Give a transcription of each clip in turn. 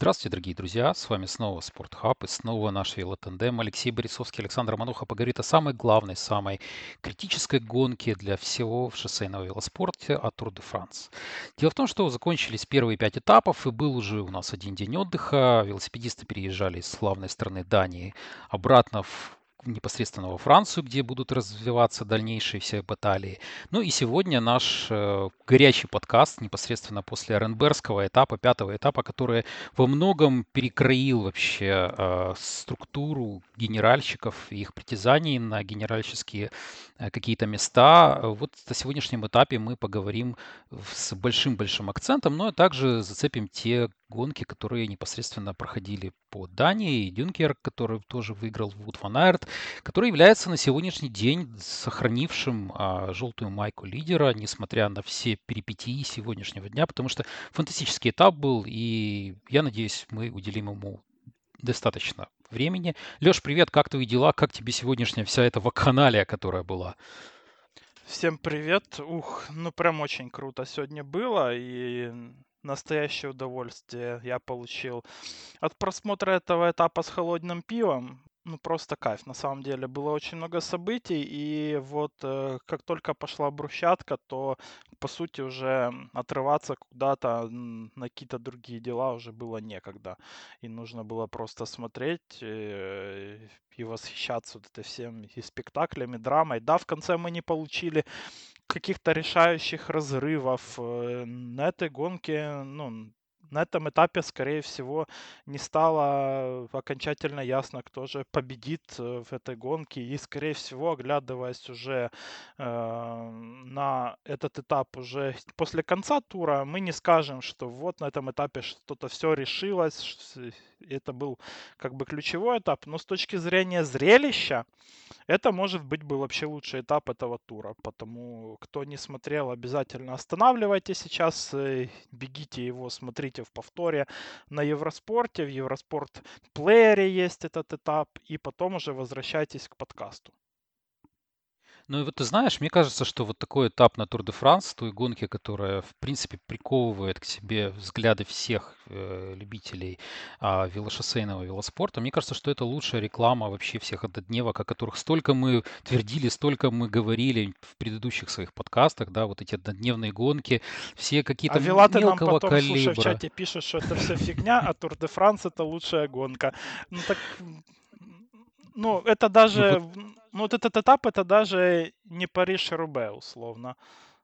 Здравствуйте, дорогие друзья! С вами снова Спортхаб и снова наш велотандем. Алексей Борисовский, Александр Романуха поговорит о самой главной, самой критической гонке для всего в шоссейного велоспорте, о Тур де Франс. Дело в том, что закончились первые 5 этапов, и был уже у нас один день отдыха. Велосипедисты переезжали из славной страны Дании обратно в непосредственно во Францию, где будут развиваться дальнейшие все баталии. Ну и сегодня наш горячий подкаст непосредственно после Оренбергского этапа, 5 этапа, который во многом перекроил вообще структуру генеральщиков и их притязаний на генеральщические какие-то места. Вот на сегодняшнем этапе мы поговорим с большим-большим акцентом, но также зацепим те гонки, которые непосредственно проходили по Дании. И Дюнкерк, который тоже выиграл Вуд ван Аерт, который является на сегодняшний день сохранившим желтую майку лидера, несмотря на все перипетии сегодняшнего дня, потому что фантастический этап был, и я надеюсь, мы уделим ему достаточно времени. Леш, привет, как твои дела? Как тебе сегодняшняя вся эта вакханалия, которая была? Всем привет. Ну прям очень круто сегодня было, и настоящее удовольствие я получил от просмотра этого этапа с холодным пивом. Ну просто кайф. На самом деле было очень много событий, и вот как только пошла брусчатка, то по сути уже отрываться куда-то на какие-то другие дела уже было некогда. И нужно было просто смотреть и восхищаться вот это всем и спектаклями, драмой. Да, в конце мы не получили каких-то решающих разрывов. На этой гонке, ну, на этом этапе, скорее всего, не стало окончательно ясно, кто же победит в этой гонке. И, скорее всего, оглядываясь уже на этот этап уже после конца тура, мы не скажем, что вот на этом этапе что-то все решилось. Это был как бы ключевой этап. Но с точки зрения зрелища, это, может быть, был вообще лучший этап этого тура. Потому кто не смотрел, обязательно останавливайте сейчас, бегите его, смотрите в повторе на Евроспорте. В Евроспорт плеере есть этот этап. И потом уже возвращайтесь к подкасту. Ну и вот ты знаешь, мне кажется, что вот такой этап на Тур де Франс, той гонки, которая, в принципе, приковывает к себе взгляды всех любителей велошоссейного велоспорта, мне кажется, что это лучшая реклама вообще всех однодневок, о которых столько мы твердили, столько мы говорили в предыдущих своих подкастах, да, вот эти однодневные гонки, все А какие-то Вилаты нам мелкого потом, слушай, в калибра. чате пишут, что это все фигня, а Тур де Франс это лучшая гонка. Ну так, ну это Ну вот даже, ну вот этот этап это даже не Париж-Roubaix условно.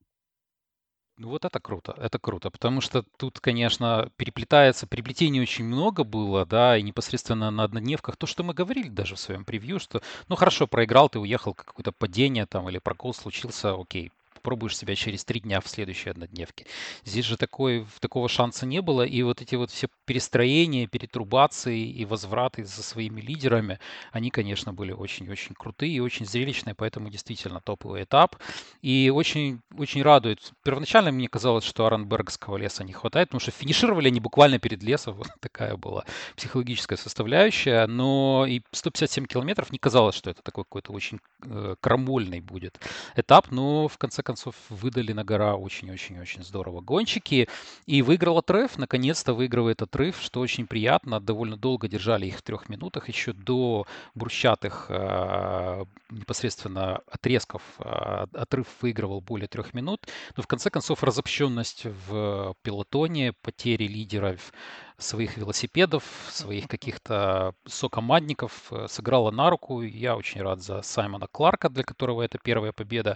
Ну вот это круто, потому что тут, конечно, переплетается, переплетений очень много было, да, и непосредственно на однодневках, то, что мы говорили даже в своем превью, что, ну хорошо, проиграл, ты уехал, какое-то падение там или прокол случился, окей, попробуешь себя через 3 дня в следующей однодневке. Здесь же такого шанса не было, и вот эти вот все перестроения, перетрубации и возвраты за своими лидерами, они, конечно, были очень-очень крутые и очень зрелищные, поэтому действительно топовый этап. И очень, очень радует. Первоначально мне казалось, что Аранбергского леса не хватает, потому что финишировали они буквально перед лесом. Вот такая была психологическая составляющая. Но и 157 километров не казалось, что это такой какой-то очень крамольный будет этап. Но в конце концов выдали на гора очень-очень-очень здорово гонщики. И выиграл отрыв. Наконец-то выигрывает отрыв, что очень приятно. Довольно долго держали их в 3 минутах. Еще до брусчатых непосредственно отрезков отрыв выигрывал более 3 минут. Но в конце концов разобщенность в пелотоне, потери лидеров своих велосипедов, своих каких-то сокомандников сыграла на руку. Я очень рад за Саймона Кларка, для которого это первая победа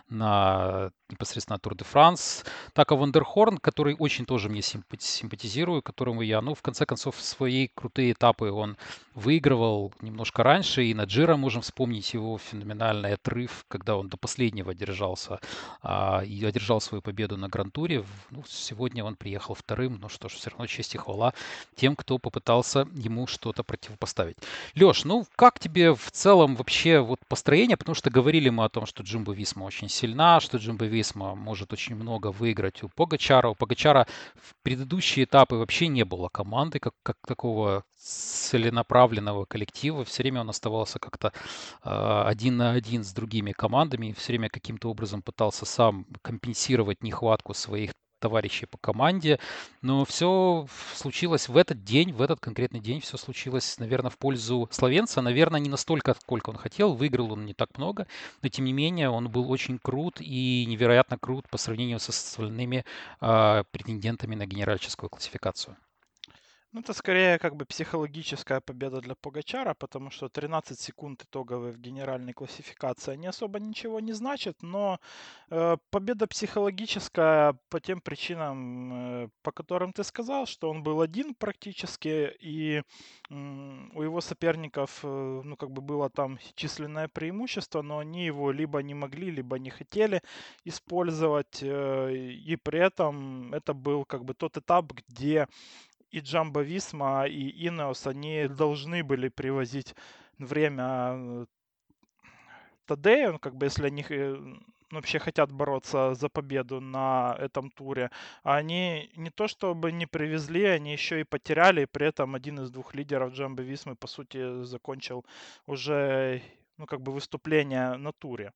на непосредственно Тур де Франс. Тако Вандерхорн, который очень тоже мне симпатизирую, которому я, ну, в конце концов, свои крутые этапы он выигрывал немножко раньше, и на Джиро можем вспомнить его феноменальный отрыв, когда он до последнего держался и одержал свою победу на Гран-туре. Ну, сегодня он приехал вторым, но что ж, все равно честь и хвала тем, кто попытался ему что-то противопоставить. Леш, ну как тебе в целом вообще вот построение? Потому что говорили мы о том, что Джимбо Висма очень сильна, что Джимбо Висма может очень много выиграть у Погачара. У Погачара в предыдущие этапы вообще не было команды, как такого целенаправленного коллектива. Все время он оставался как-то один на один с другими командами, и все время каким-то образом пытался сам компенсировать нехватку своих товарищей по команде. Но все случилось в этот день, в этот конкретный день все случилось, наверное, в пользу словенца. Наверное, не настолько, сколько он хотел. Выиграл он не так много, но тем не менее он был очень крут и невероятно крут по сравнению со остальными претендентами на генеральскую классификацию. Ну, это скорее как бы психологическая победа для Погачара, потому что 13 секунд итоговые в генеральной классификации они особо ничего не значат, но победа психологическая по тем причинам, по которым ты сказал, что он был один практически, и у его соперников, ну, как бы было там численное преимущество, но они его либо не могли, либо не хотели использовать, и при этом это был как бы тот этап, где и Джамбо Висма, и Инеос, они должны были привозить время Тадею, ну, как бы если они вообще хотят бороться за победу на этом туре, а они не то чтобы не привезли, они еще и потеряли, и при этом один из двух лидеров Джамбо Висмы, по сути, закончил уже, ну, как бы выступление на туре.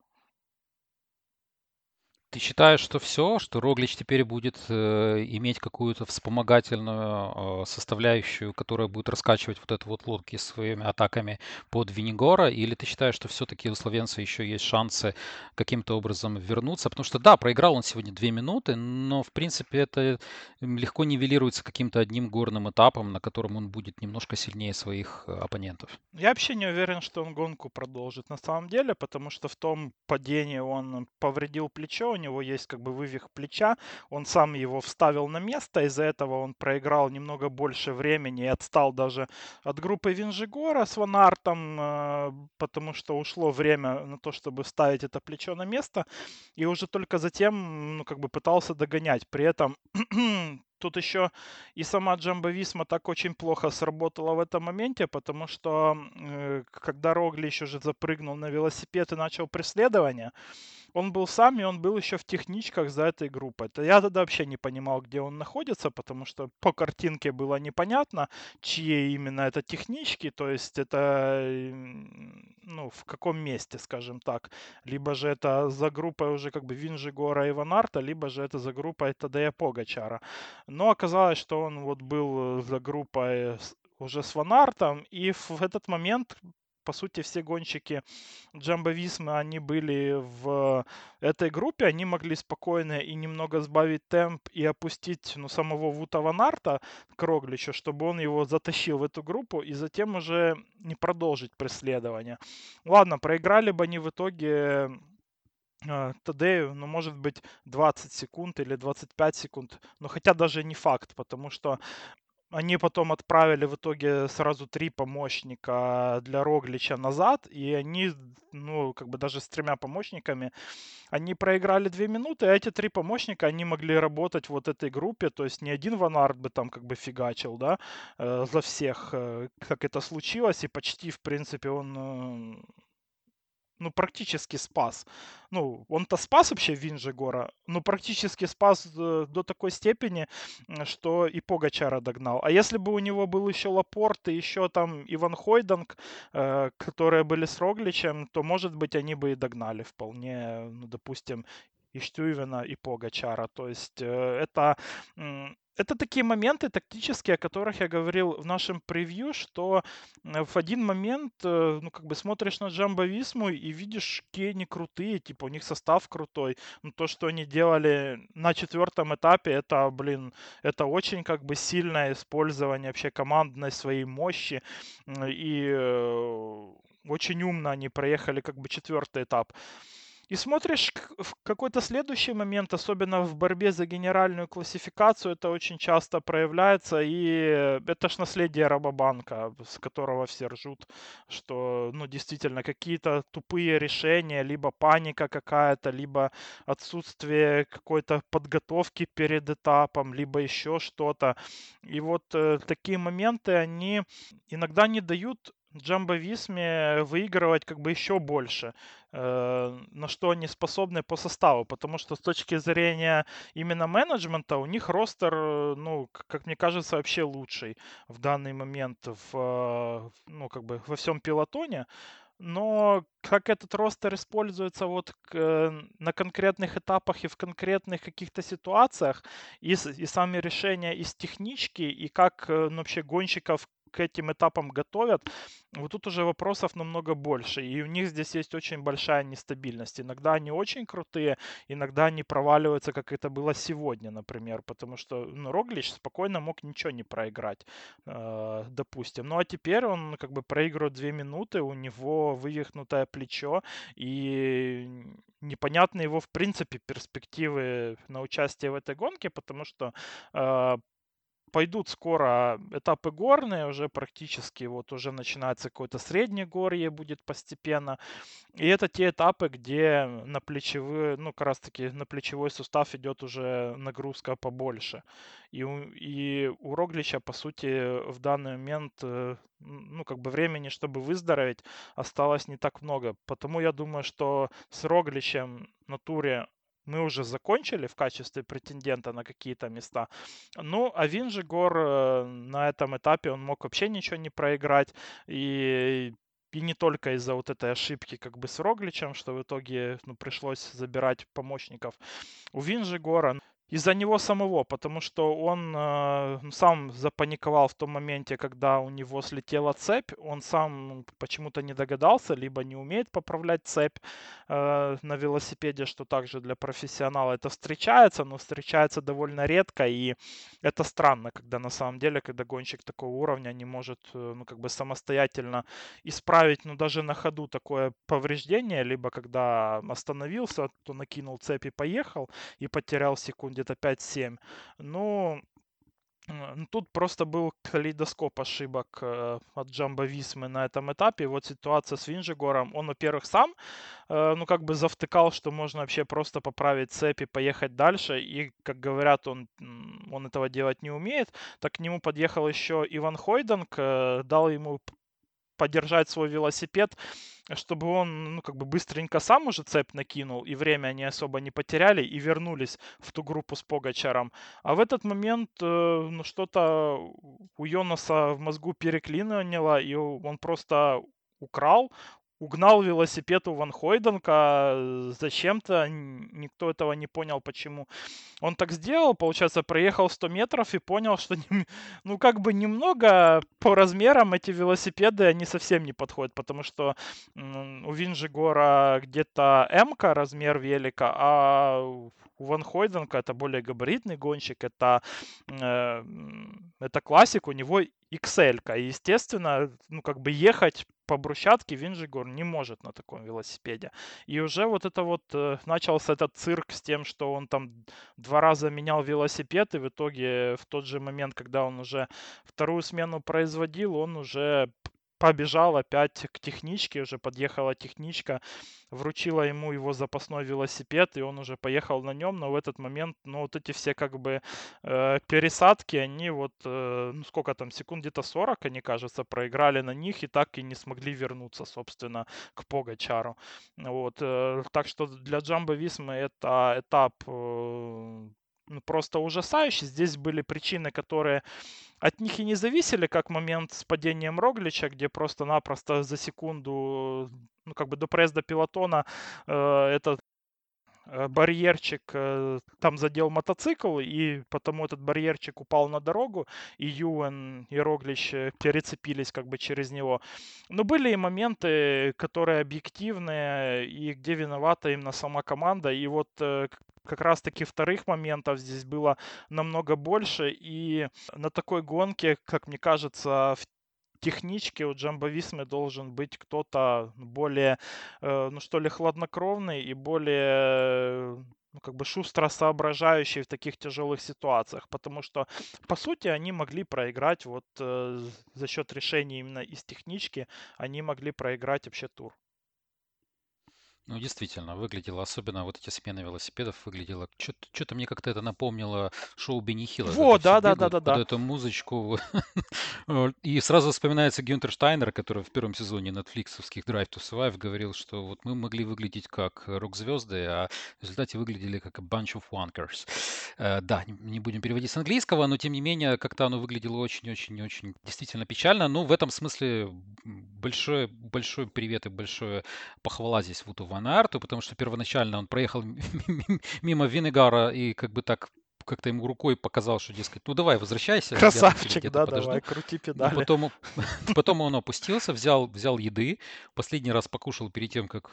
Ты считаешь, что все, что Роглич теперь будет иметь какую-то вспомогательную составляющую, которая будет раскачивать вот эту вот лодки своими атаками под Винигора, или ты считаешь, что все-таки у словенца еще есть шансы каким-то образом вернуться? Потому что да, проиграл он сегодня 2 минуты, но в принципе это легко нивелируется каким-то одним горным этапом, на котором он будет немножко сильнее своих оппонентов. Я вообще не уверен, что он гонку продолжит на самом деле, потому что в том падении он повредил плечо, у него есть как бы вывих плеча, он сам его вставил на место, из-за этого он проиграл немного больше времени и отстал даже от группы Винжигора с Ван Артом, потому что ушло время на то, чтобы вставить это плечо на место, и уже только затем, ну, как бы пытался догонять. При этом тут еще и сама Джамбо Висма так очень плохо сработала в этом моменте, потому что когда Роглич уже запрыгнул на велосипед и начал преследование, он был сам, и он был еще в техничках за этой группой. Это я тогда вообще не понимал, где он находится, потому что по картинке было непонятно, чьи именно это технички, то есть это, ну, в каком месте, скажем так. Либо же это за группой уже как бы Винжигора и Ванарта, либо же это за группой Тадея Погачара. Но оказалось, что он вот был за группой уже с Ванартом, и в этот момент по сути, все гонщики Джамбо Висмы, они были в этой группе, они могли спокойно и немного сбавить темп и опустить, ну, самого Вута Ван Арта к Рогличу, чтобы он его затащил в эту группу и затем уже не продолжить преследование. Ладно, проиграли бы они в итоге Тадею, ну, может быть, 20 секунд или 25 секунд, но хотя даже не факт, потому что они потом отправили в итоге сразу 3 помощника для Роглича назад, и они, ну, как бы даже с 3 помощниками, они проиграли 2 минуты, а эти 3 помощника, они могли работать в вот этой группе, то есть не один Ван Арт бы там как бы фигачил, да, за всех, как это случилось, и почти, в принципе, он, ну, практически спас. Ну, он-то спас вообще Винжегора, но практически спас до такой степени, что и Погачара догнал. А если бы у него был еще Лапорт и еще там Иван Хойданг, которые были с Рогличем, то, может быть, они бы и догнали вполне, ну, допустим, и Штюйвена, и Погачара. То есть это такие моменты тактические, о которых я говорил в нашем превью, что в один момент, ну, как бы смотришь на Джамбо Висму и видишь, какие они крутые, типа, у них состав крутой. Ну, то, что они делали на 4-м этапе, это, блин, это очень, как бы, сильное использование вообще командной своей мощи. И очень умно они проехали, как бы, 4-й этап. И смотришь в какой-то следующий момент, особенно в борьбе за генеральную классификацию, это очень часто проявляется, и это ж наследие Рабобанка, с которого все ржут, что, ну, действительно, какие-то тупые решения, либо паника какая-то, либо отсутствие какой-то подготовки перед этапом, либо еще что-то. И вот такие моменты, они иногда не дают Джамбо Висме выигрывать как бы еще больше, на что они способны по составу, потому что с точки зрения именно менеджмента у них ростер, ну, как мне кажется, вообще лучший в данный момент ну, как бы во всем пилотоне. Но как этот ростер используется вот на конкретных этапах и в конкретных каких-то ситуациях, и сами решения из технички, и как ну, вообще гонщиков к этим этапам готовят, вот тут уже вопросов намного больше. И у них здесь есть очень большая нестабильность. Иногда они очень крутые, иногда они проваливаются, как это было сегодня, например, потому что ну, Роглич спокойно мог ничего не проиграть, допустим. Ну а теперь он как бы проигрывает 2 минуты, у него вывихнутое плечо, и непонятны его, в принципе, перспективы на участие в этой гонке, потому что э, пойдут скоро этапы горные, уже практически вот уже начинается какое-то среднегорье будет постепенно. И это те этапы, где на плечевые, ну, как раз таки на плечевой сустав идет уже нагрузка побольше. И у Роглича, по сути, в данный момент, ну, как бы времени, чтобы выздороветь, осталось не так много. Потому я думаю, что с Рогличем на туре мы уже закончили в качестве претендента на какие-то места. Ну, а Винжигор на этом этапе, он мог вообще ничего не проиграть. И и не только из-за вот этой ошибки как бы с Рогличем, что в итоге ну, пришлось забирать помощников. У Винжигора из-за него самого, потому что он сам запаниковал в том моменте, когда у него слетела цепь. Он сам почему-то не догадался, либо не умеет поправлять цепь на велосипеде, что также для профессионала это встречается, но встречается довольно редко. И это странно, когда на самом деле, когда гонщик такого уровня не может ну, как бы самостоятельно исправить, ну, даже на ходу такое повреждение, либо когда остановился, то накинул цепь и поехал, и потерял секунд где-то 5-7. Ну, тут просто был калейдоскоп ошибок от Джамбо Висмы на этом этапе. Вот ситуация с Винжигором. Он, во-первых, сам, ну, как бы завтыкал, что можно вообще просто поправить цепь и поехать дальше. И, как говорят, он этого делать не умеет. Так к нему подъехал еще Иван Хойденг, дал ему подержать свой велосипед, чтобы он, ну, как бы быстренько сам уже цепь накинул, и время они особо не потеряли, и вернулись в ту группу с Погачаром. А в этот момент, ну, что-то у Йонаса в мозгу переклинило, и он просто украл, угнал велосипед у Ван Хойденка зачем-то, никто этого не понял, почему он так сделал, получается, проехал 100 метров и понял, что, ну, как бы немного по размерам эти велосипеды, они совсем не подходят, потому что у Винжигора где-то М-ка размер велика, а у Ван Хойденка это более габаритный гонщик, это классик, у него XL-ка. И, естественно, ну, как бы ехать по брусчатке Винжигор не может на таком велосипеде. И уже вот это вот начался этот цирк с тем, что он там 2 раза менял велосипед, и в итоге в тот же момент, когда он уже вторую смену производил, он уже побежал опять к техничке, уже подъехала техничка, вручила ему его запасной велосипед, и он уже поехал на нем, но в этот момент, ну, вот эти все как бы пересадки, они вот, ну, сколько там, секунд где-то 40, они, кажется, проиграли на них и так и не смогли вернуться, собственно, к Погачару. Вот, так что для Джамбо Висмы это этап ну, просто ужасающий. Здесь были причины, которые от них и не зависели, как момент с падением Роглича, где просто-напросто за секунду, ну, как бы до проезда пилотона этот барьерчик там задел мотоцикл, и потому этот барьерчик упал на дорогу, и Юэн и Роглич перецепились как бы через него. Но были и моменты, которые объективные, и где виновата именно сама команда, и вот как раз-таки вторых моментов здесь было намного больше, и на такой гонке, как мне кажется, в техничке у Джамбо Висмы должен быть кто-то более, ну что ли, хладнокровный и более, ну, как бы шустро соображающий в таких тяжелых ситуациях, потому что, по сути, они могли проиграть вот за счет решений именно из технички, они могли проиграть вообще тур. Ну, действительно, выглядело, особенно вот эти смены велосипедов, выглядело, что-то мне как-то это напомнило шоу Бенни Хилла, когда Вот, все бегают под да-да-да-да-да. эту музычку. И сразу вспоминается Гюнтер Штайнер, который в первом сезоне нетфликсовских Drive to Survive говорил, что вот мы могли выглядеть как рок-звезды, а в результате выглядели как a bunch of wankers. Да, не будем переводить с английского, но тем не менее, как-то оно выглядело очень-очень-очень действительно печально. Ну, в этом смысле большой привет и большое похвала здесь Вуту Ван Аерту, потому что первоначально он проехал мимо Винегара и как бы так как-то ему рукой показал, что, дескать, ну давай, возвращайся, я тут тебя Красавчик, где-то да, давай, подожду. крути Но педали. потом он опустился, взял еды, последний раз покушал перед тем, как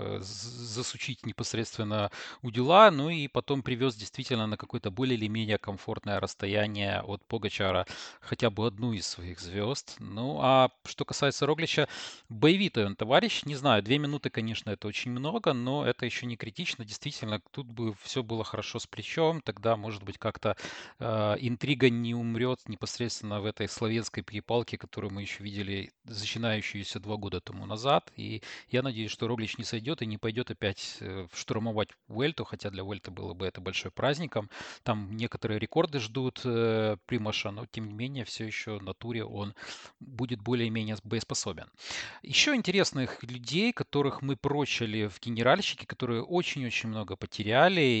засучить непосредственно удила, ну и потом привез действительно на какое-то более или менее комфортное расстояние от Погачара хотя бы одну из своих звезд. Ну а что касается Роглича, боевитый он товарищ, не знаю, 2 минуты, конечно, это очень много, но это еще не критично. Действительно, тут бы все было хорошо с плечом, тогда, может быть, как-то интрига не умрет непосредственно в этой словенской перепалке, которую мы еще видели, начинающуюся 2 года тому назад. И я надеюсь, что Роглич не сойдет и не пойдет опять штурмовать Уэльту, хотя для Уэльта было бы это большой праздником. Там некоторые рекорды ждут Примаша, но тем не менее все еще на туре он будет более-менее боеспособен. Еще интересных людей, которых мы прочили в генеральщике, которые очень-очень много потеряли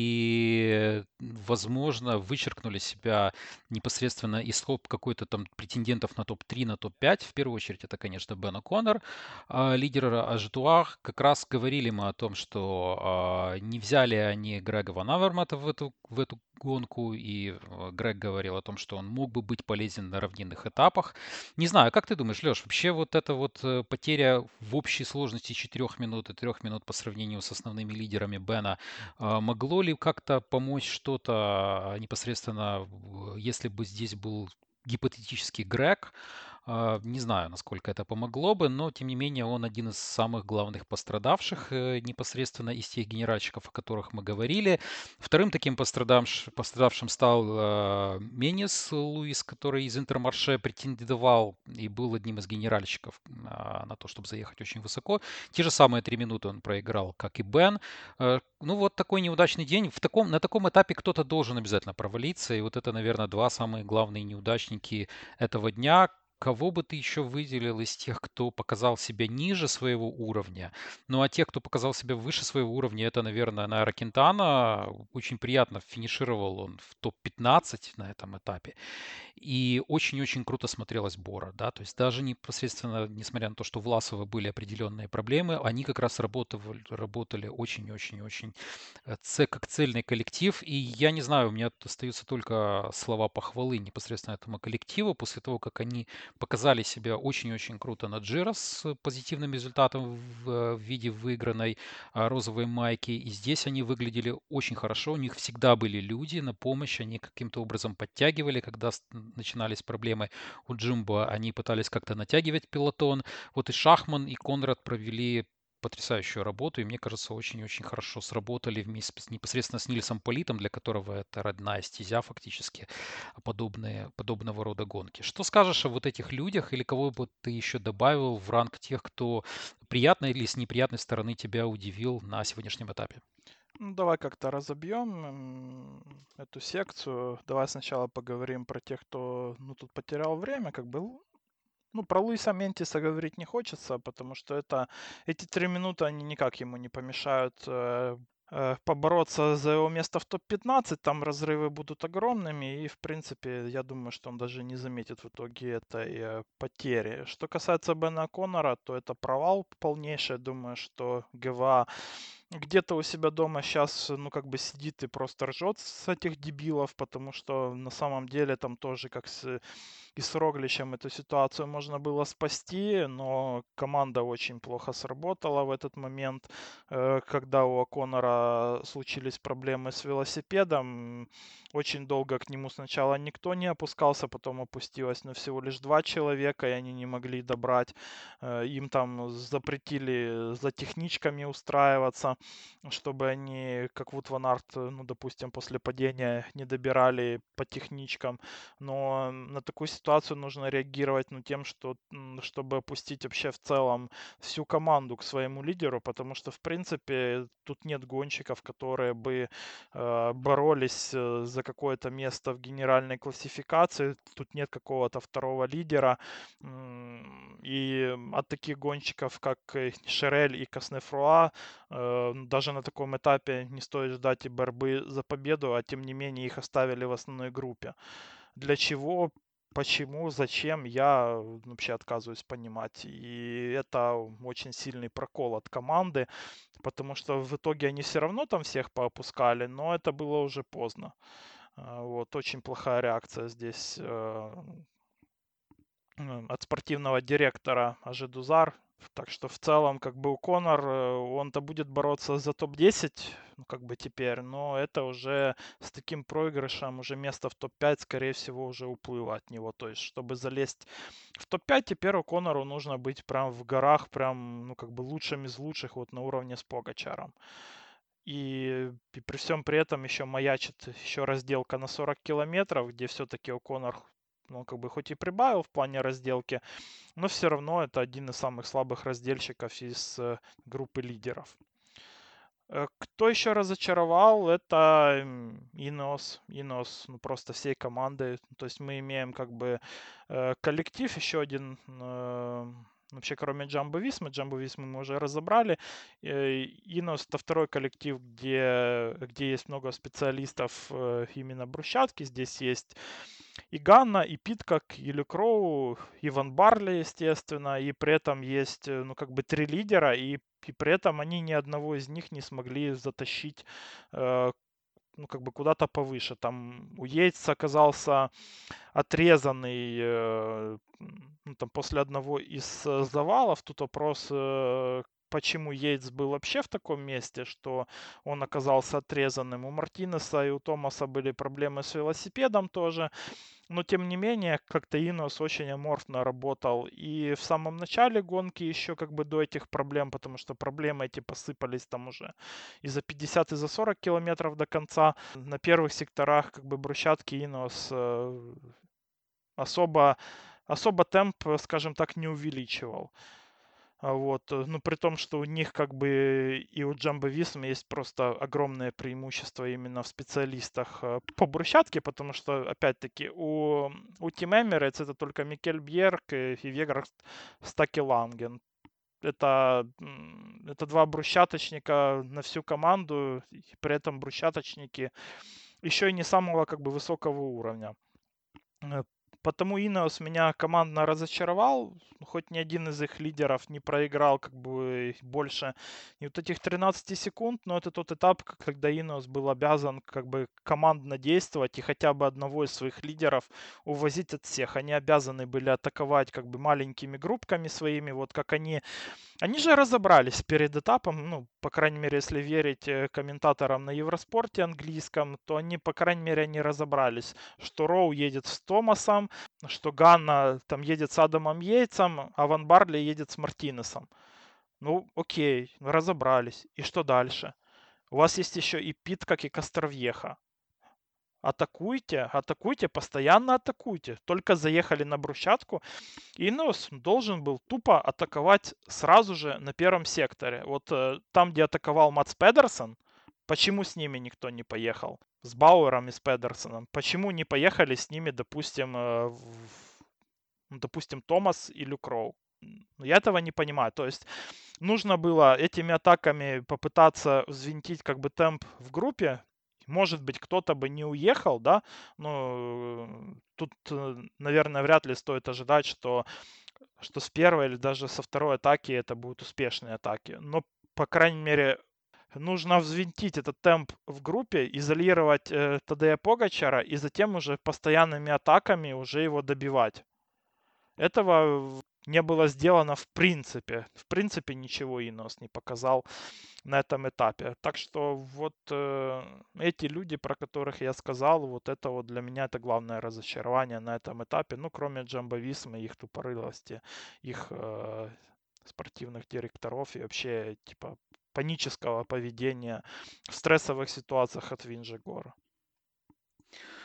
и, возможно, вычеркнули себя непосредственно из топ какой-то там претендентов на топ-3, на топ-5. В первую очередь это, конечно, Бен О'Коннор, лидер Ажитуар. Как раз говорили мы о том, что не взяли они Грега Ван Авермата в эту гонку, и Грег говорил о том, что он мог бы быть полезен на равнинных этапах. Не знаю, как ты думаешь, Леш, вообще вот эта вот потеря в общей сложности 4 минут и 3 минут по сравнению с основными лидерами Бена, могло ли как-то помочь что-то непосредственно, если бы здесь был гипотетический Грег? Не знаю, насколько это помогло бы, но тем не менее он один из самых главных пострадавших непосредственно из тех генеральщиков, о которых мы говорили. Вторым таким пострадавшим стал Менес Луис, который из Интермарше претендовал и был одним из генеральщиков на то, чтобы заехать очень высоко. Те же самые 3 минуты он проиграл, как и Бен. Ну вот такой неудачный день. На таком этапе кто-то должен обязательно провалиться. И вот это, наверное, два самые главные неудачники этого дня. Кого бы ты еще выделил из тех, кто показал себя ниже своего уровня? Ну, а те, кто показал себя выше своего уровня, это, наверное, Найра Кентана. Очень приятно финишировал он в топ-15 на этом этапе. И очень-очень круто смотрелась Бора, да, то есть даже непосредственно, несмотря на то, что у Власова были определенные проблемы, они как раз работали очень-очень-очень как цельный коллектив. И я не знаю, у меня тут остаются только слова похвалы непосредственно этому коллективу после того, как они показали себя очень-очень круто на Джиро с позитивным результатом в виде выигранной розовой майки. И здесь они выглядели очень хорошо. У них всегда были люди на помощь. Они каким-то образом подтягивали, когда начинались проблемы у Джимбо. Они пытались как-то натягивать пилотон. Вот и Шахман, и Конрад провели потрясающую работу, и мне кажется, очень-очень хорошо сработали вместе непосредственно с Нильсом Политом, для которого это родная стезя фактически, подобного рода гонки. Что скажешь о вот этих людях или кого бы ты еще добавил в ранг тех, кто приятно или с неприятной стороны тебя удивил на сегодняшнем этапе? Ну, давай как-то разобьем эту секцию. Давай сначала поговорим про тех, кто, ну, тут потерял время, как бы. Ну, про Луиса Ментиса говорить не хочется, потому что эти 3 минуты, они никак ему не помешают побороться за его место в топ-15. Там разрывы будут огромными, и, в принципе, я думаю, что он даже не заметит в итоге этой потери. Что касается Бена Коннора, то это провал полнейший. Думаю, что ГВА где-то у себя дома сейчас, ну, как бы сидит и просто ржет с этих дебилов, потому что на самом деле там тоже и с Рогличем эту ситуацию можно было спасти, но команда очень плохо сработала в этот момент, когда у О'Коннора случились проблемы с велосипедом. Очень долго к нему сначала никто не опускался, потом опустилось, но всего лишь 2 человека, и они не могли добрать. Им там запретили за техничками устраиваться, чтобы они, как Вуд Ван Арт, ну, допустим, после падения не добирали по техничкам. Но на такую ситуацию нужно реагировать, ну, тем, что, чтобы опустить вообще в целом всю команду к своему лидеру, потому что, в принципе, тут нет гонщиков, которые бы боролись за какое-то место в генеральной классификации, тут нет какого-то второго лидера, и от таких гонщиков, как Шерель и Коснефруа, даже на таком этапе не стоит ждать и борьбы за победу, а тем не менее их оставили в основной группе. Для чего, почему, зачем, я вообще отказываюсь понимать. И это очень сильный прокол от команды, потому что в итоге они все равно там всех поопускали, но это было уже поздно. Вот, очень плохая реакция здесь от спортивного директора Ажидузар. Так что в целом, как бы у Конор, он-то будет бороться за топ-10, ну, как бы теперь, но это уже с таким проигрышем, уже место в топ-5, скорее всего, уже уплыло от него. То есть, чтобы залезть в топ-5, теперь у Конору нужно быть прям в горах, прям, ну, как бы лучшим из лучших, вот на уровне с Погачаром. И при всем при этом еще маячит еще разделка на 40 километров, где все-таки О'Коннор, ну, как бы хоть и прибавил в плане разделки, но все равно это один из самых слабых разделщиков из группы лидеров. Кто еще разочаровал, это Ineos. Ineos, ну, просто всей команды. То есть мы имеем как бы коллектив еще один, вообще кроме Джамбо Висмы. Джамбо Висмы мы уже разобрали. Ineos это второй коллектив, где есть много специалистов именно брусчатки. Здесь есть и Ганна, и Питкок, и Люкроу, и Ван Барли, естественно, и при этом есть, ну, как бы три лидера, и при этом они ни одного из них не смогли затащить, ну, как бы куда-то повыше. Там у Йейтса оказался отрезанный, ну, там после одного из завалов. Тут вопрос, почему Йейтс был вообще в таком месте, что он оказался отрезанным. У Мартинеса и у Томаса были проблемы с велосипедом тоже. Но тем не менее, как-то Ineos очень аморфно работал. И в самом начале гонки еще как бы до этих проблем, потому что проблемы эти посыпались там уже и за 50, и за 40 километров до конца. На первых секторах как бы брусчатки Ineos особо, особо темп, скажем так, не увеличивал. Вот, ну, при том, что у них как бы и у Jumbo Visma есть просто огромное преимущество именно в специалистах по брусчатке, потому что, опять-таки, у Team Emirates это только Микель Бьерк и Вегард Стаки Ланген. Это два брусчаточника на всю команду, и при этом брусчаточники еще и не самого как бы высокого уровня. Э, Потому Ineos меня командно разочаровал. Хоть ни один из их лидеров не проиграл как бы больше и вот этих 13 секунд, но это тот этап, когда Ineos был обязан как бы командно действовать и хотя бы одного из своих лидеров увозить от всех. Они обязаны были атаковать как бы маленькими группками своими, вот как они же разобрались перед этапом, ну, по крайней мере, если верить комментаторам на Евроспорте английском, то они, по крайней мере, они разобрались, что Роу едет с Томасом, что Ганна там едет с Адамом Йейтсом, а Ван Барли едет с Мартинесом. Ну, окей, разобрались. И что дальше? У вас есть еще и Пит, как и Костровьеха. Атакуйте, атакуйте, постоянно атакуйте. Только заехали на брусчатку, Ineos должен был тупо атаковать сразу же на первом секторе. Вот там, где атаковал Матс Педерсон, почему с ними никто не поехал? С Бауэром и с Педерсоном. Почему не поехали с ними, допустим, ну, допустим, Томас и Люкроу? Я этого не понимаю. То есть нужно было этими атаками попытаться взвинтить как бы темп в группе. Может быть, кто-то бы не уехал, да, но тут, наверное, вряд ли стоит ожидать, что с первой или даже со второй атаки это будут успешные атаки. Но, по крайней мере, нужно взвинтить этот темп в группе, изолировать Тадея Погачара и затем уже постоянными атаками уже его добивать. Этого не было сделано в принципе. В принципе ничего Ineos не показал на этом этапе. Так что вот эти люди, про которых я сказал, вот это вот для меня это главное разочарование на этом этапе. Ну, кроме Джамбо Висмы, их тупорылости, их спортивных директоров и вообще типа панического поведения в стрессовых ситуациях от Винжегора.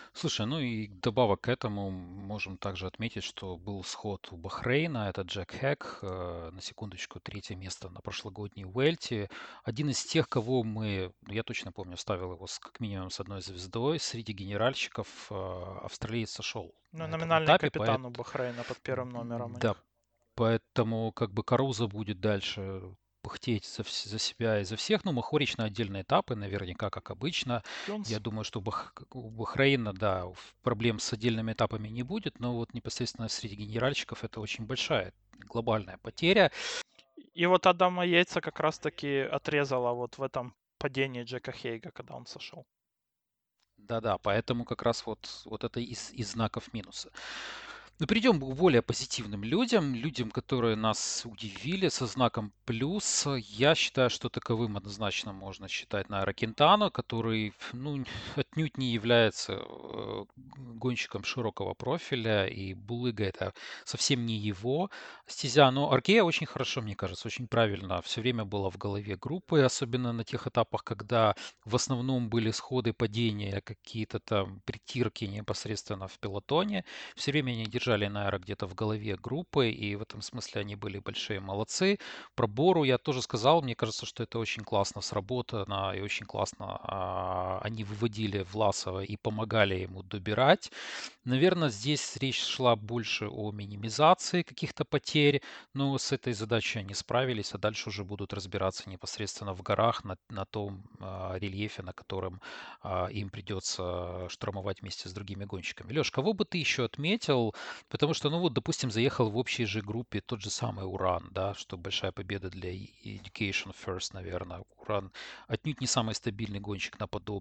Слушай, ну и добавок к этому можем также отметить, что был сход у Бахрейна, это Джек Хэк, на секундочку, третье место на прошлогодней Уэльте. Один из тех, кого мы, ну, я точно помню, ставил его как минимум с одной звездой, среди генеральщиков австралиец сошел Ну, на этом номинальный этапе, капитан у Бахрейна под первым номером у да, них. поэтому как бы Карузо будет дальше пыхтеть за себя и за всех. Ну, Махорич на отдельные этапы, наверняка, как обычно. Кюнс. Я думаю, что у Бахрейна, да, проблем с отдельными этапами не будет, но вот непосредственно среди генеральщиков это очень большая глобальная потеря. И вот Адама Яйца как раз-таки отрезала вот в этом падении Джека Хейга, когда он сошел. Да-да, поэтому как раз вот это из знаков минуса. Но перейдем к более позитивным людям, которые нас удивили со знаком плюс. Я считаю, что таковым однозначно можно считать Найра Кентано, который, ну, отнюдь не является гонщиком широкого профиля, и Булыга это совсем не его стезя. Но Аркея очень хорошо, мне кажется, очень правильно все время была в голове группы, особенно на тех этапах, когда в основном были сходы, падения, какие-то там притирки непосредственно в пелотоне. Все время они держали Найра где-то в голове группы, и в этом смысле они были большие молодцы. Про Бору я тоже сказал, мне кажется, что это очень классно сработано, и очень классно они выводили Власова и помогали ему добирать. Наверное, здесь речь шла больше о минимизации каких-то потерь, но с этой задачей они справились, а дальше уже будут разбираться непосредственно в горах на том рельефе, на котором им придется штурмовать вместе с другими гонщиками. Леш, кого бы ты еще отметил? Потому что, ну вот, допустим, заехал в общей же группе тот же самый Уран, да, что большая победа для Education First, наверное. Уран отнюдь не самый стабильный гонщик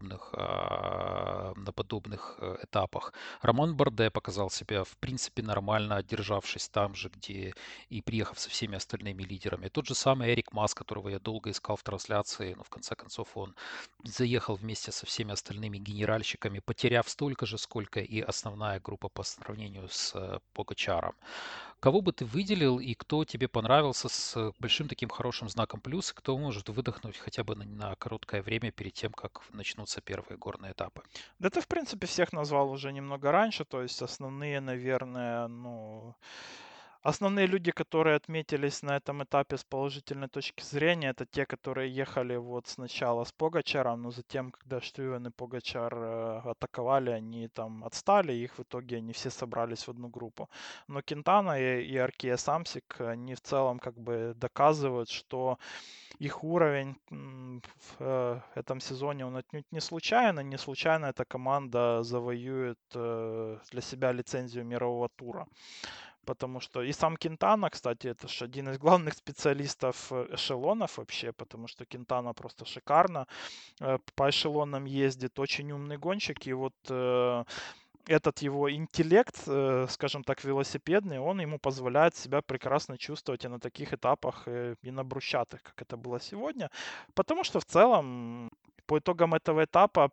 на подобных этапах. Роман Барде показал себя, в принципе, нормально, одержавшись там же, где и приехав со всеми остальными лидерами. Тот же самый Эрик Мас, которого я долго искал в трансляции, но в конце концов он заехал вместе со всеми остальными генеральщиками, потеряв столько же, сколько и основная группа по сравнению с Погачаром. Кого бы ты выделил и кто тебе понравился с большим таким хорошим знаком плюс, и кто может выдохнуть хотя бы на короткое время перед тем, как начнутся первые горные этапы? Да ты, в принципе, всех назвал уже немного раньше, то есть основные, наверное, ну, основные люди, которые отметились на этом этапе с положительной точки зрения, это те, которые ехали вот сначала с Погачаром, но затем, когда Штювен и Погачар атаковали, они там отстали, и их в итоге они все собрались в одну группу. Но Кентана и Аркея Самсик, они в целом как бы доказывают, что их уровень в этом сезоне, он отнюдь не случайно. Не случайно эта команда завоюет для себя лицензию мирового тура. Потому что и сам Кентана, кстати, это же один из главных специалистов эшелонов вообще, потому что Кентана просто шикарно по эшелонам ездит, очень умный гонщик, и вот этот его интеллект, скажем так, велосипедный, он ему позволяет себя прекрасно чувствовать и на таких этапах, и на брусчатых, как это было сегодня. Потому что в целом по итогам этого этапа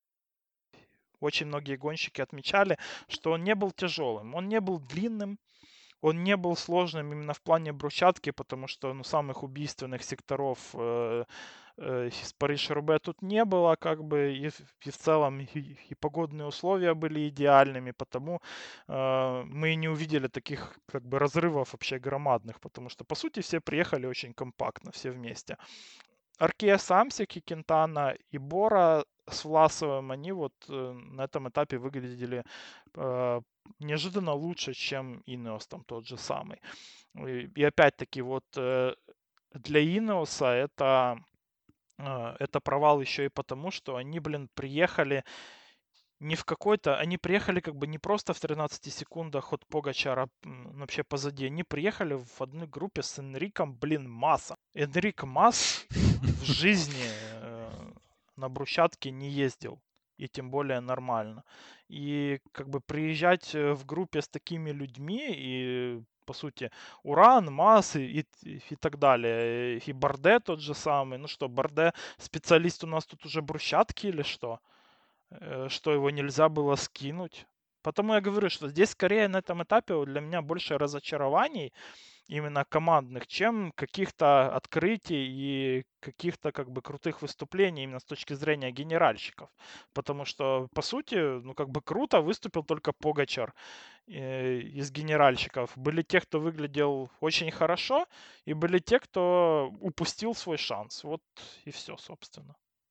очень многие гонщики отмечали, что он не был тяжелым, он не был длинным, он не был сложным именно в плане брусчатки, потому что ну, самых убийственных секторов из Париж-Roubaix тут не было, как бы, и в целом и погодные условия были идеальными, потому мы и не увидели таких как бы разрывов вообще громадных, потому что, по сути, все приехали очень компактно, все вместе. Аркея Самсик и Кентана и Бора с Власовым, они вот на этом этапе выглядели э, неожиданно лучше, чем Инеос там тот же самый. И опять-таки вот для Инеоса это провал еще и потому, что они, блин, приехали не в какой-то, они приехали как бы не просто в 13 секундах от Погачара вообще позади, они приехали в одной группе с Энриком, блин, Массом. Энрик Масс в жизни на брусчатке не ездил, и тем более нормально. И как бы приезжать в группе с такими людьми и по сути, Уран, Масс и так далее. И Барде тот же самый. Ну что, Барде специалист у нас тут уже брусчатки или что? Что его нельзя было скинуть. Потому я говорю, что здесь скорее на этом этапе вот для меня больше разочарований, именно командных, чем каких-то открытий и каких-то как бы крутых выступлений именно с точки зрения генеральщиков. Потому что, по сути, ну как бы круто выступил только Погачар из генеральщиков. Были те, кто выглядел очень хорошо, и были те, кто упустил свой шанс. Вот и все, собственно.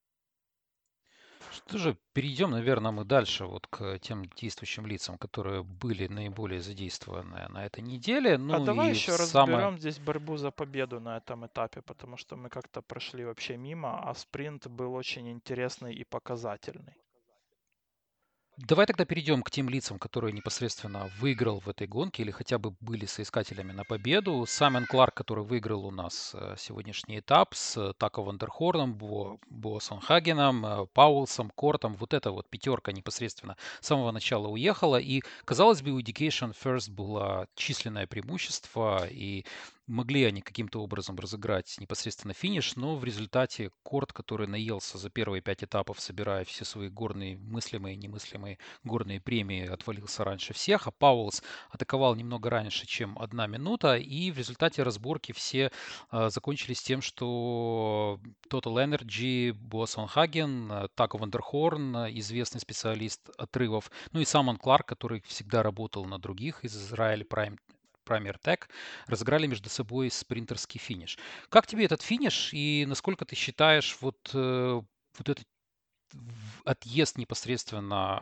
Что же, перейдем, наверное, мы дальше вот к тем действующим лицам, которые были наиболее задействованы на этой неделе. А Ну давай и еще самое разберем здесь борьбу за победу на этом этапе, потому что мы как-то прошли вообще мимо, а спринт был очень интересный и показательный. Давай тогда перейдем к тем лицам, которые непосредственно выиграл в этой гонке или хотя бы были соискателями на победу. Саймон Кларк, который выиграл у нас сегодняшний этап с Тако Вандерхорном, Боассон Хагеном, Пауэлсом, Кортом. Вот эта вот пятерка непосредственно с самого начала уехала. И, казалось бы, у Education First было численное преимущество, и могли они каким-то образом разыграть непосредственно финиш, но в результате Корт, который наелся за первые 5 этапов, собирая все свои горные мыслимые и немыслимые горные премии, отвалился раньше всех, а Пауэлс атаковал немного раньше, чем 1 минута, и в результате разборки все закончились тем, что Total Energy, Боассон Хаген, Тако Вандерхорн, известный специалист отрывов, ну и Самон Кларк, который всегда работал на других из Израиля Prime Premier Tech, разыграли между собой спринтерский финиш. Как тебе этот финиш и насколько ты считаешь вот этот отъезд непосредственно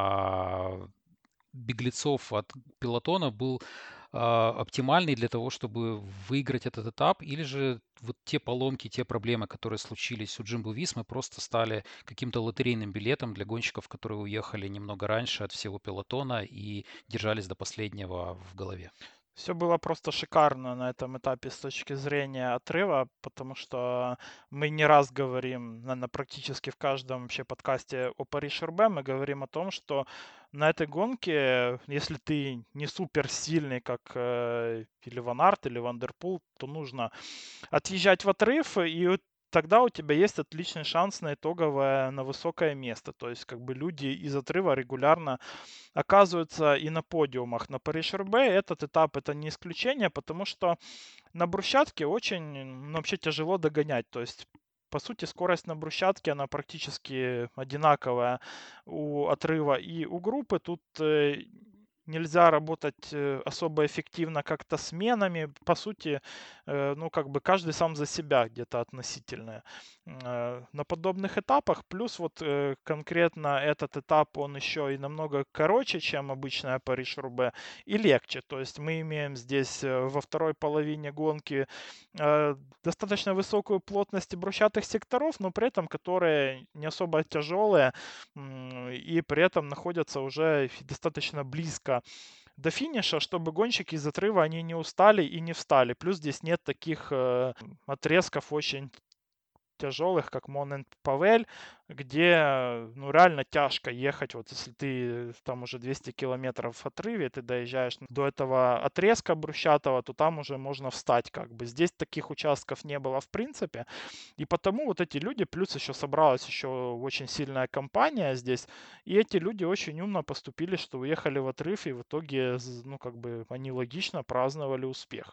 беглецов от пелотона был оптимальный для того, чтобы выиграть этот этап, или же вот те поломки, те проблемы, которые случились у Джимбо Висмы, просто стали каким-то лотерейным билетом для гонщиков, которые уехали немного раньше от всего пелотона и держались до последнего в голове? Все было просто шикарно на этом этапе с точки зрения отрыва, потому что мы не раз говорим, наверно, практически в каждом вообще подкасте о Париж-Roubaix, мы говорим о том, что на этой гонке, если ты не суперсильный, как, или Ван Арт, или Ван дер Пул, то нужно отъезжать в отрыв, и вот тогда у тебя есть отличный шанс на итоговое, на высокое место. То есть как бы люди из отрыва регулярно оказываются и на подиумах. На Париж-Roubaix этот этап это не исключение, потому что на брусчатке очень, ну, вообще тяжело догонять. То есть по сути, скорость на брусчатке, она практически одинаковая у отрыва и у группы. Тут нельзя работать особо эффективно как-то сменами. По сути, ну, как бы каждый сам за себя где-то относительно. На подобных этапах. Плюс вот конкретно этот этап, он еще и намного короче, чем обычная Париж-Roubaix, и легче. То есть мы имеем здесь во второй половине гонки э, достаточно высокую плотность брусчатых секторов, но при этом которые не особо тяжелые и при этом находятся уже достаточно близко до финиша, чтобы гонщики из отрыва они не устали и не встали. Плюс здесь нет таких отрезков очень тяжелых, как Монент Павель, где, ну, реально тяжко ехать. Вот если ты там уже 200 километров в отрыве, ты доезжаешь до этого отрезка брусчатого, то там уже можно встать как бы. Здесь таких участков не было в принципе. И потому вот эти люди, плюс еще собралась еще очень сильная компания здесь, и эти люди очень умно поступили, что уехали в отрыв, и в итоге, ну, как бы они логично праздновали успех.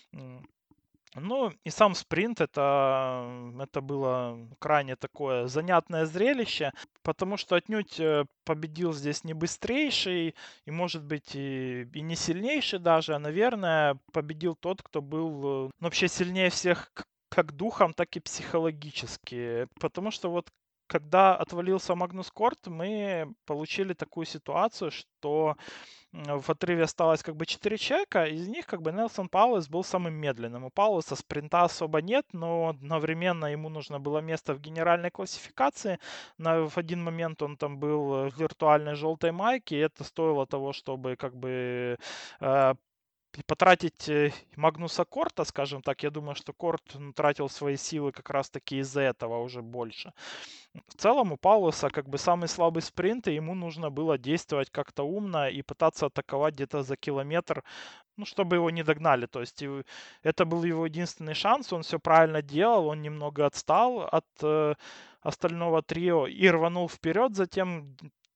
Ну, и сам спринт это было крайне такое занятное зрелище, потому что отнюдь победил здесь не быстрейший, и, может быть, и не сильнейший даже, а, наверное, победил тот, кто был ну, вообще сильнее всех как духом, так и психологически. Потому что вот когда отвалился Магнус Корт, мы получили такую ситуацию, что в отрыве осталось как бы 4 человека, из них как бы Нелсон Паулес был самым медленным. У Паулеса спринта особо нет, но одновременно ему нужно было место в генеральной классификации. В один момент он там был в виртуальной желтой майке, и это стоило того, чтобы как бы э, потратить Магнуса Корта, скажем так. Я думаю, что Корт тратил свои силы как раз-таки из-за этого уже больше. В целом у Паулуса как бы самый слабый спринт, и ему нужно было действовать как-то умно и пытаться атаковать где-то за километр, ну, чтобы его не догнали. То есть это был его единственный шанс, он все правильно делал, он немного отстал от остального трио и рванул вперед, затем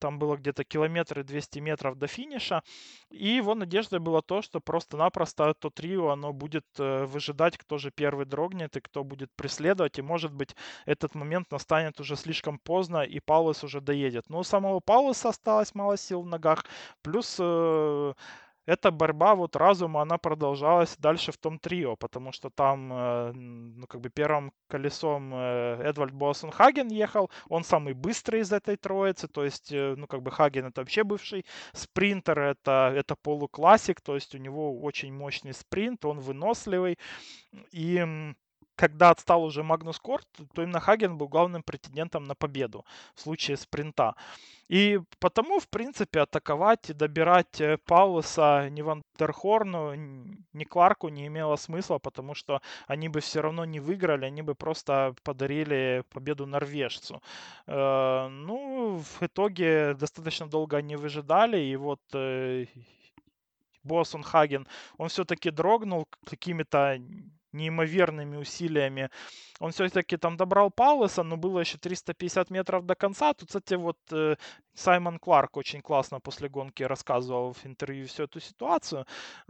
там было где-то километр и 200 метров до финиша, и его надеждой было то, что просто-напросто то трио, оно будет выжидать, кто же первый дрогнет и кто будет преследовать, и, может быть, этот момент настанет уже слишком поздно, и Паулус уже доедет. Но у самого Паулуса осталось мало сил в ногах, плюс эта борьба вот разума, она продолжалась дальше в том трио, потому что там, ну, как бы первым колесом Эдвальд Боассон Хаген ехал, он самый быстрый из этой троицы, то есть, ну, как бы Хаген это вообще бывший спринтер, это полуклассик, то есть у него очень мощный спринт, он выносливый, и когда отстал уже Магнус Корт, то именно Хаген был главным претендентом на победу в случае спринта. И потому, в принципе, атаковать и добирать Паулуса ни Вандерхорну, ни Кларку не имело смысла, потому что они бы все равно не выиграли, они бы просто подарили победу норвежцу. Ну, в итоге достаточно долго они выжидали, и вот Боассон Хаген, он все-таки дрогнул какими-то неимоверными усилиями. Он все-таки там добрал Паулуса, но было еще 350 метров до конца. Тут, кстати, вот Саймон Кларк очень классно после гонки рассказывал в интервью всю эту ситуацию,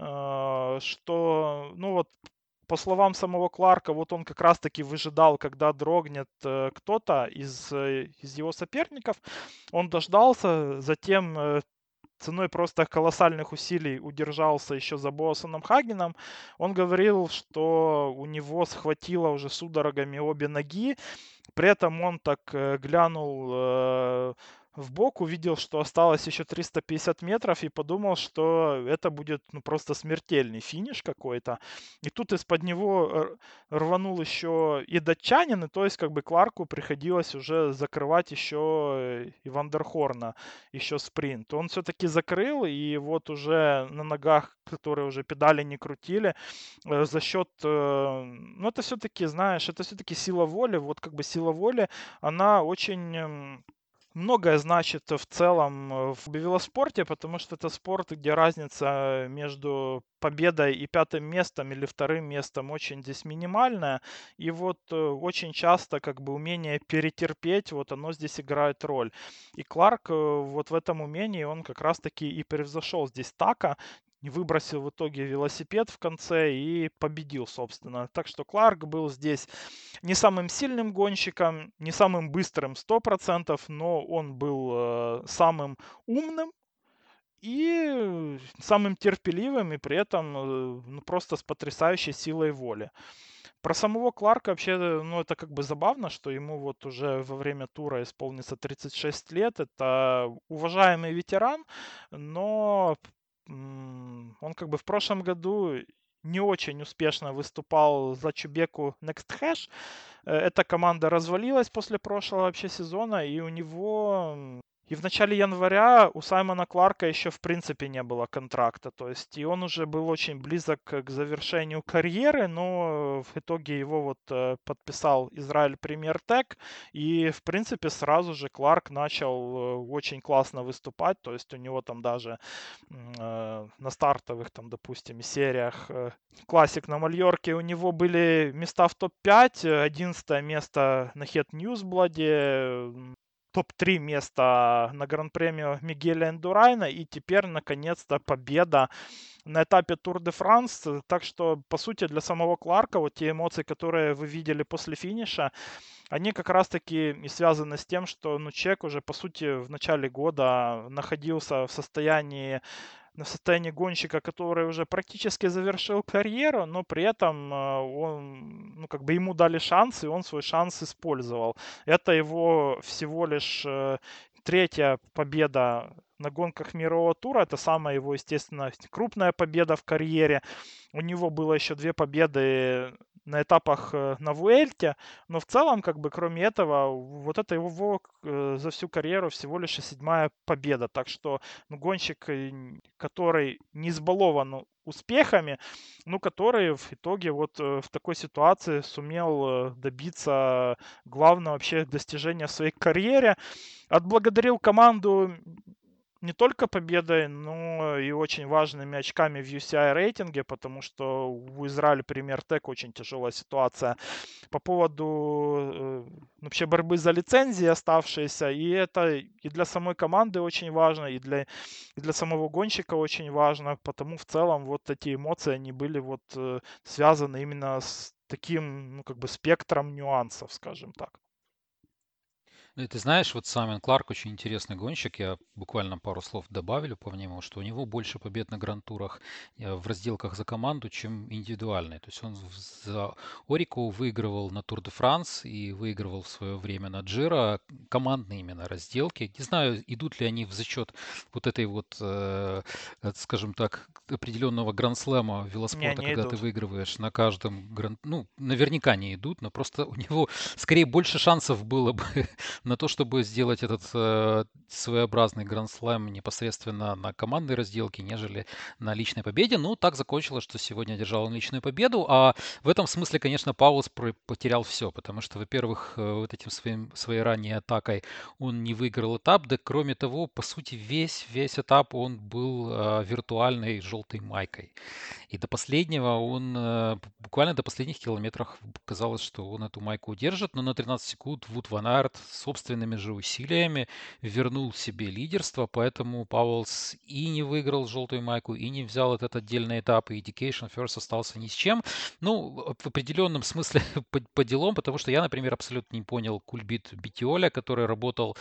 что, ну вот, по словам самого Кларка, вот он как раз-таки выжидал, когда дрогнет кто-то из его соперников. Он дождался, затем ценой просто колоссальных усилий удержался еще за Боассоном Хагеном. Он говорил, что у него схватило уже судорогами обе ноги. При этом он так глянул в бок, увидел, что осталось еще 350 метров и подумал, что это будет ну, просто смертельный финиш какой-то. И тут из-под него рванул еще и датчанин, и то есть как бы Кларку приходилось уже закрывать еще и Вандерхорна, еще спринт. Он все-таки закрыл, и вот уже на ногах, которые уже педали не крутили, за счет, ну это все-таки, знаешь, это все-таки сила воли, вот как бы сила воли, она очень многое значит в целом в велоспорте, потому что это спорт, где разница между победой и пятым местом или вторым местом очень здесь минимальная. И вот очень часто как бы умение перетерпеть, вот оно здесь играет роль. И Кларк вот в этом умении он как раз-таки и превзошел здесь Така, выбросил в итоге велосипед в конце и победил, собственно. Так что Кларк был здесь не самым сильным гонщиком, не самым быстрым 100%, но он был самым умным и самым терпеливым, и при этом ну, просто с потрясающей силой воли. Про самого Кларка вообще, ну, это как бы забавно, что ему вот уже во время тура исполнится 36 лет. Это уважаемый ветеран, но он как бы в прошлом году не очень успешно выступал за Чубеку Next Hash. Эта команда развалилась после прошлого вообще сезона, и у него и в начале января у Саймона Кларка еще в принципе не было контракта. То есть и он уже был очень близок к завершению карьеры, но в итоге его вот подписал Израиль Премьер Тек. И в принципе сразу же Кларк начал очень классно выступать. То есть у него там даже на стартовых там, допустим, сериях классик на Мальорке у него были места в топ-5, 11 место на Хет Ньюсбладе, топ-3 места на Гран-премию Мигеля Эндурайна и теперь, наконец-то, победа на этапе Тур де Франс. Так что, по сути, для самого Кларка вот те эмоции, которые вы видели после финиша, они как раз-таки и связаны с тем, что ну, человек уже, по сути, в начале года находился в состоянии гонщика, который уже практически завершил карьеру, но при этом он, ну, как бы ему дали шанс, и он свой шанс использовал. Это его всего лишь третья победа на гонках мирового тура. Это самая его, естественно, крупная победа в карьере. У него было еще две победы на этапах на Вуэльте, но в целом, как бы, кроме этого, вот это его за всю карьеру всего лишь седьмая победа. Так что ну, гонщик, который не избалован успехами, ну, который в итоге вот в такой ситуации сумел добиться главного вообще достижения в своей карьере. Отблагодарил команду не только победой, но и очень важными очками в UCI рейтинге, потому что у Израиля Премьер Тек очень тяжелая ситуация по поводу вообще борьбы за лицензии оставшиеся, и это и для самой команды очень важно, и для самого гонщика очень важно, потому в целом вот эти эмоции, они были вот связаны именно с таким, ну, как бы спектром нюансов, скажем так. Ну, и ты знаешь, вот Саймон Кларк очень интересный гонщик. Я буквально пару слов добавлю по нему, что у него больше побед на гран-турах в разделках за команду, чем индивидуальные. То есть он за Орику выигрывал на Тур де Франс и выигрывал в свое время на Джиро командные именно разделки. Не знаю, идут ли они в зачет вот этой вот, скажем так, определенного гранд-слэма Не, велоспорта, не когда ты идут. выигрываешь на каждом гран... Ну, наверняка не идут, но просто у него скорее больше шансов было бы на то, чтобы сделать этот своеобразный гранд-слэм непосредственно на командной разделке, нежели на личной победе. Ну, так закончилось, что сегодня одержал он личную победу, а в этом смысле, конечно, Паулс потерял все, потому что, во-первых, вот этим своей ранней атакой он не выиграл этап, да кроме того, по сути, весь этап он был виртуальной желтой майкой. И до последнего он, буквально до последних километров казалось, что он эту майку удержит, но на 13 секунд Вуд Ван Аерт собственными же усилиями вернул себе лидерство, поэтому Пауэллс и не выиграл желтую майку, и не взял этот отдельный этап, и Education First остался ни с чем. Ну, в определенном смысле по делам, потому что я, например, абсолютно не понял кульбит Битиоля, который работал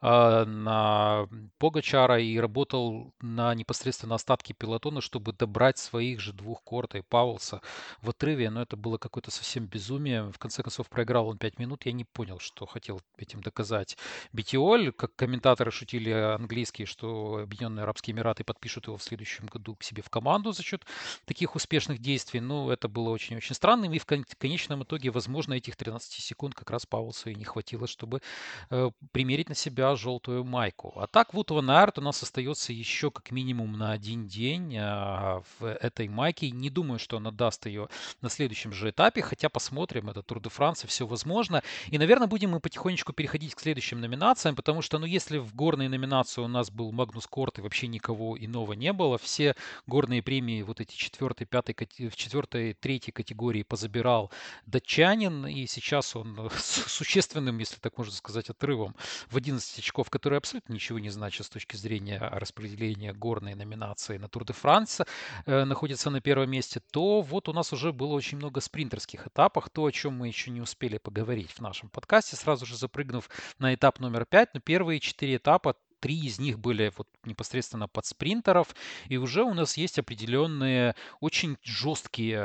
на Погачара и работал на непосредственно остатки пелотона, чтобы добрать своих же двух Корта и Паулса в отрыве, но это было какое-то совсем безумие. В конце концов, проиграл он 5 минут. Я не понял, что хотел этим доказать Битиоль. Как комментаторы шутили английские, что Объединенные Арабские Эмираты подпишут его в следующем году к себе в команду за счет таких успешных действий. Ну, это было очень-очень странным. И в конечном итоге, возможно, этих 13 секунд как раз Паулсу и не хватило, чтобы примерить на себя желтую майку. А так вот Ван Аерт у нас остается еще как минимум на один день в этой майке. Не думаю, что он отдаст ее на следующем же этапе, хотя посмотрим, это Тур де Франс, и все возможно. И, наверное, будем мы потихонечку переходить к следующим номинациям, потому что, ну, если в горной номинации у нас был Магнус Корт и вообще никого иного не было, все горные премии, вот эти четвертой, пятой, в четвертой, третьей категории позабирал датчанин, и сейчас он с существенным, если так можно сказать, отрывом в 11 очков, который абсолютно ничего не значит с точки зрения распределения горной номинации на Тур де Франс, находится на первом месте, то вот у нас уже было очень много спринтерских этапов, то, о чем мы еще не успели поговорить в нашем подкасте, сразу же запрыгнув на этап номер 5, но первые 4 этапа, 3 из них были вот непосредственно под спринтеров, и уже у нас есть определенные очень жесткие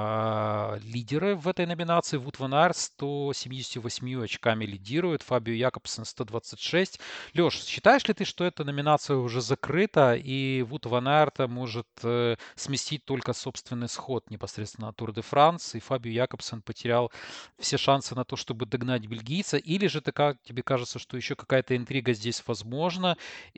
лидеры в этой номинации. Вуд Ван Аерт 178 очками лидирует, Фабио Якобсен 126. Леш, считаешь ли ты, что эта номинация уже закрыта, и Вуд Ван Аерта может сместить только собственный сход непосредственно на Тур де Франс, и Фабио Якобсен потерял все шансы на то, чтобы догнать бельгийца, или же тебе кажется, что еще какая-то интрига здесь возможна,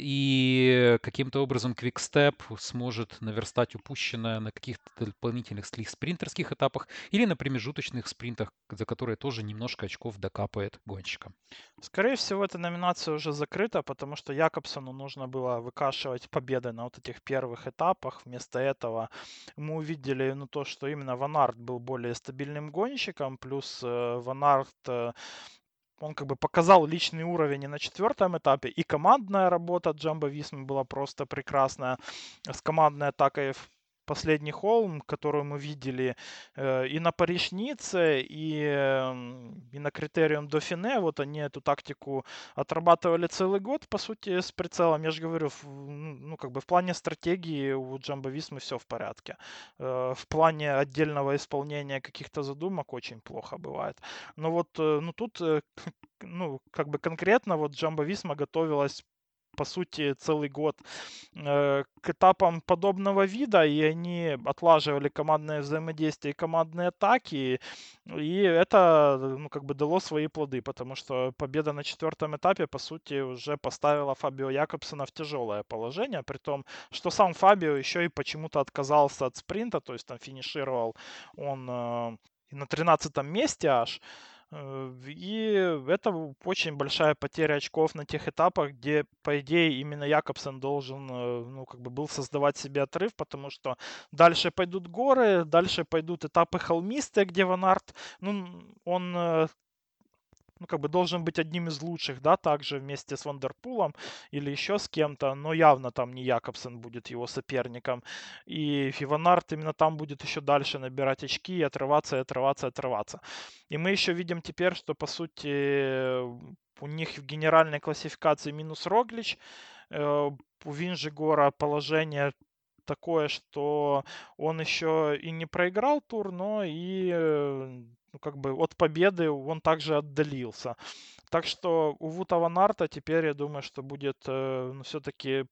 и каким-то образом Квикстеп сможет наверстать упущенное на каких-то дополнительных спринтерских этапах или на промежуточных спринтах, за которые тоже немножко очков докапает гонщикам. Скорее всего, эта номинация уже закрыта, потому что Якобсону нужно было выкашивать победы на вот этих первых этапах. Вместо этого мы увидели, ну, то, что именно Ван Аерт был более стабильным гонщиком, плюс Ван Аерт, он как бы показал личный уровень и на четвертом этапе, и командная работа Джамбо Висмы была просто прекрасная. С командной атакой в последний холм, которую мы видели и на Париж-Ницце, и на Критериум Дофине, вот они эту тактику отрабатывали целый год, по сути, с прицелом. Я же говорю, ну, как бы в плане стратегии у Джамбо Висмы все в порядке. В плане отдельного исполнения каких-то задумок очень плохо бывает. Но вот, ну, тут ну, как бы конкретно вот Джамбо Висма готовилась по сути, целый год к этапам подобного вида, и они отлаживали командное взаимодействие и командные атаки, и это, ну, как бы дало свои плоды, потому что победа на четвертом этапе, по сути, уже поставила Фабио Якобсена в тяжелое положение, при том, что сам Фабио еще и почему-то отказался от спринта, то есть там финишировал он и на 13 месте аж, И это очень большая потеря очков на тех этапах, где, по идее, именно Якобсен должен, ну, как бы был создавать себе отрыв, потому что дальше пойдут горы, дальше пойдут этапы холмистые, где Ван Арт, ну, он ну, как бы должен быть одним из лучших, да, также вместе с Вандерпулом или еще с кем-то, но явно там не Якобсен будет его соперником. И Ван Арт именно там будет еще дальше набирать очки и отрываться, и отрываться, и отрываться. И мы еще видим теперь, что, по сути, у них в генеральной классификации минус Роглич, у Винжигора положение такое, что он еще и не проиграл тур, но и ну, как бы от победы он также отдалился. Так что у Вута Ван Арта теперь, я думаю, что будет ну, все-таки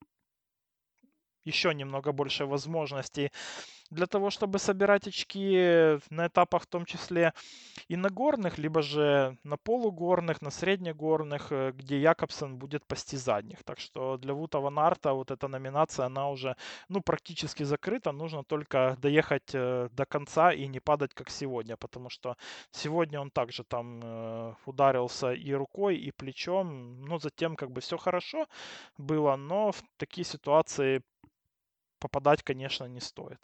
еще немного больше возможностей для того, чтобы собирать очки на этапах, в том числе и на горных, либо же на полугорных, на среднегорных, где Якобсен будет пасти задних. Так что для Вута Ван Арта вот эта номинация, она уже ну, практически закрыта. Нужно только доехать до конца и не падать, как сегодня. Потому что сегодня он также там ударился и рукой, и плечом. Но затем как бы все хорошо было, но в такие ситуации попадать, конечно, не стоит.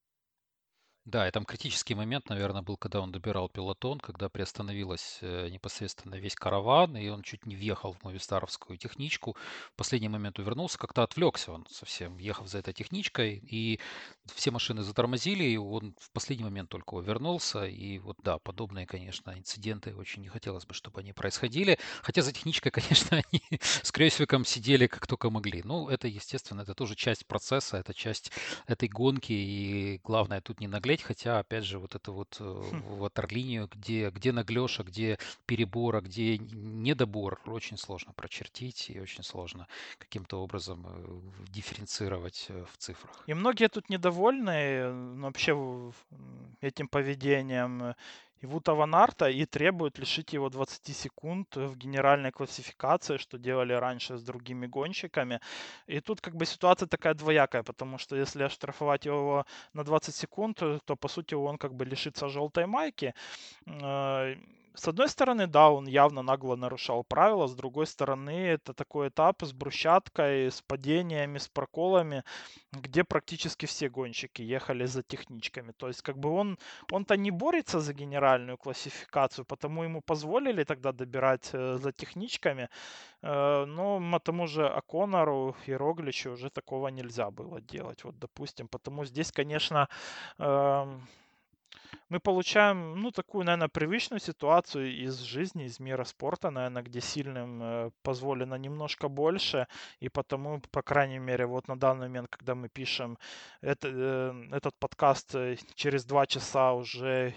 Да, и там критический момент, наверное, был, когда он добирал пелотон, когда приостановилась непосредственно весь караван, и он чуть не въехал в Мовистаровскую техничку. В последний момент увернулся, как-то отвлекся он совсем, ехав за этой техничкой, и все машины затормозили, и он в последний момент только увернулся. И вот да, подобные, конечно, инциденты очень не хотелось бы, чтобы они происходили. Хотя за техничкой, конечно, они с Крёсвиком сидели как только могли. Ну, это, естественно, это тоже часть процесса, это часть этой гонки, и главное тут не наглеть, хотя, опять же, вот это вот ватерлинию, где наглешь, а где перебор, а где недобор, очень сложно прочертить и очень сложно каким-то образом дифференцировать в цифрах. И многие тут недовольны вообще этим поведением и Вута Ван Арта и требуют лишить его 20 секунд в генеральной классификации, что делали раньше с другими гонщиками. И тут как бы ситуация такая двоякая, потому что если оштрафовать его на 20 секунд, то по сути он как бы лишится желтой майки. Э, С одной стороны, да, он явно нагло нарушал правила, с другой стороны, это такой этап с брусчаткой, с падениями, с проколами, где практически все гонщики ехали за техничками. То есть, как бы он-то не борется за генеральную классификацию, потому ему позволили тогда добирать за техничками. Но тому же Аконору и Рогличу уже такого нельзя было делать. Вот, допустим, потому здесь, конечно, эм, мы получаем, ну, такую, наверное, привычную ситуацию из жизни, из мира спорта, наверное, где сильным позволено немножко больше, и потому, по крайней мере, вот на данный момент, когда мы пишем этот подкаст через 2 часа уже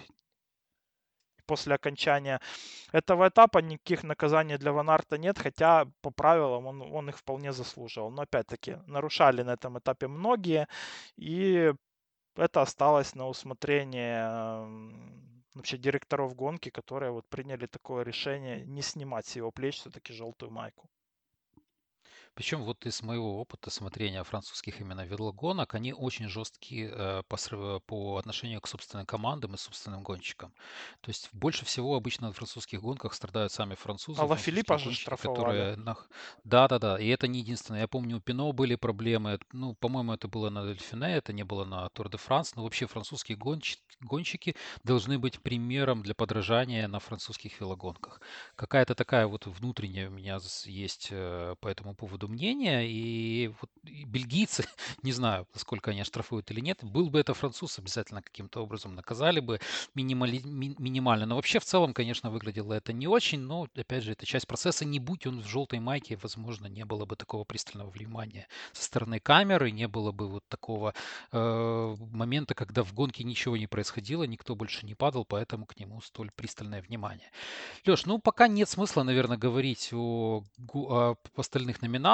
после окончания этого этапа, никаких наказаний для Ван Арта нет, хотя по правилам он их вполне заслуживал. Но опять-таки, нарушали на этом этапе многие, и это осталось на усмотрение вообще директоров гонки, которые вот приняли такое решение не снимать с его плеч все-таки желтую майку. Причем вот из моего опыта смотрения французских именно велогонок, они очень жесткие по отношению к собственным командам и собственным гонщикам. То есть больше всего обычно на французских гонках страдают сами А французы, Ла Филиппа французские же гонщики, штрафовали. которые... Да-да-да, и это не единственное. Я помню, у Пино были проблемы. Ну, по-моему, это было на Дельфине, это не было на Тур де Франс. Но вообще французские гонщики должны быть примером для подражания на французских велогонках. Какая-то такая вот внутренняя у меня есть по этому поводу мнение. И вот и бельгийцы, не знаю, насколько они оштрафуют или нет, был бы это француз, обязательно каким-то образом наказали бы минимально. Но вообще в целом, конечно, выглядело это не очень, но, опять же, это часть процесса. Не будь он в желтой майке, возможно, не было бы такого пристального внимания со стороны камеры, не было бы вот такого момента, когда в гонке ничего не происходило, никто больше не падал, поэтому к нему столь пристальное внимание. Леш, ну пока нет смысла, наверное, говорить о остальных номинациях.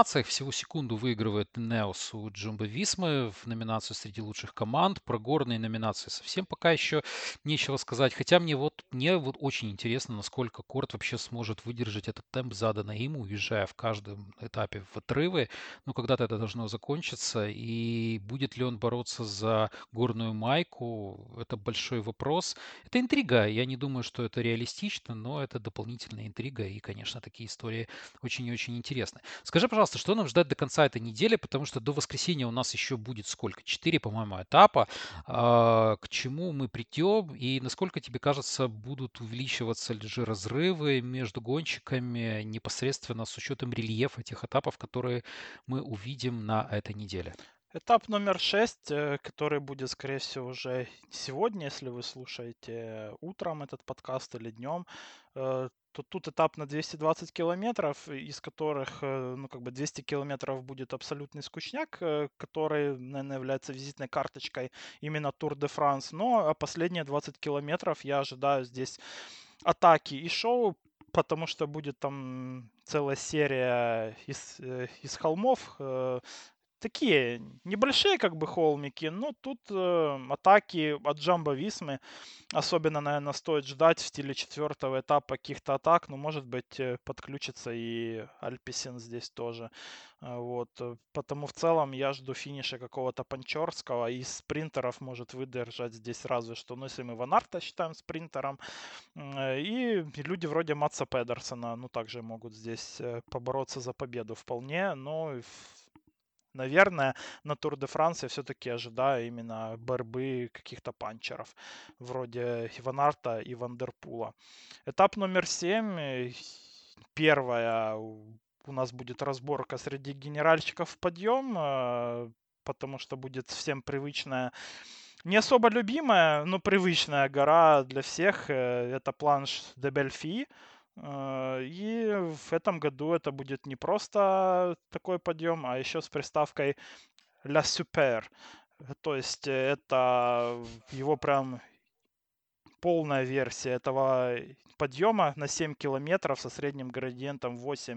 номинациях. Всего секунду выигрывает Neos у Jumbo Visma в номинацию среди лучших команд. Про горные номинации совсем пока еще нечего сказать. Хотя мне вот очень интересно, насколько Корт вообще сможет выдержать этот темп, заданный ему, уезжая в каждом этапе в отрывы. Ну, когда-то это должно закончиться. И будет ли он бороться за горную майку, это большой вопрос. Это интрига. Я не думаю, что это реалистично, но это дополнительная интрига. И, конечно, такие истории очень и очень интересны. Скажи, пожалуйста, что нам ждать до конца этой недели, потому что до воскресенья у нас еще будет сколько? 4, по-моему, этапа. К чему мы придем и насколько тебе кажется, будут увеличиваться ли же разрывы между гонщиками непосредственно с учетом рельефа этих этапов, которые мы увидим на этой неделе? Этап номер 6, который будет, скорее всего, уже сегодня, если вы слушаете утром этот подкаст или днем, то тут этап на 220 километров, из которых, ну, как бы 200 километров будет абсолютный скучняк, который, наверное, является визитной карточкой именно Тур де Франс. Но а последние 20 километров я ожидаю здесь атаки и шоу, потому что будет там целая серия из холмов, такие небольшие как бы холмики, но тут атаки от Джамбо Висмы. Особенно, наверное, стоит ждать в стиле четвертого этапа каких-то атак. Но, может быть, подключится и Альпесин здесь тоже. Вот. Потому в целом я жду финиша какого-то Панчорского. Из спринтеров может выдержать здесь разве что. Ну, если мы Ван Арта считаем спринтером. И люди вроде Матса Педерсона, ну, также могут здесь побороться за победу вполне. Но наверное, на Тур де Франс я все-таки ожидаю именно борьбы каких-то панчеров, вроде Иванарта и Вандерпула. Этап номер 7. Первая у нас будет разборка среди генеральщиков в подъем, потому что будет всем привычная, не особо любимая, но привычная гора для всех. Это планш де Бельфи. И в этом году это будет не просто такой подъем, а еще с приставкой «La Super». То есть это его прям полная версия этого подъема на 7 километров со средним градиентом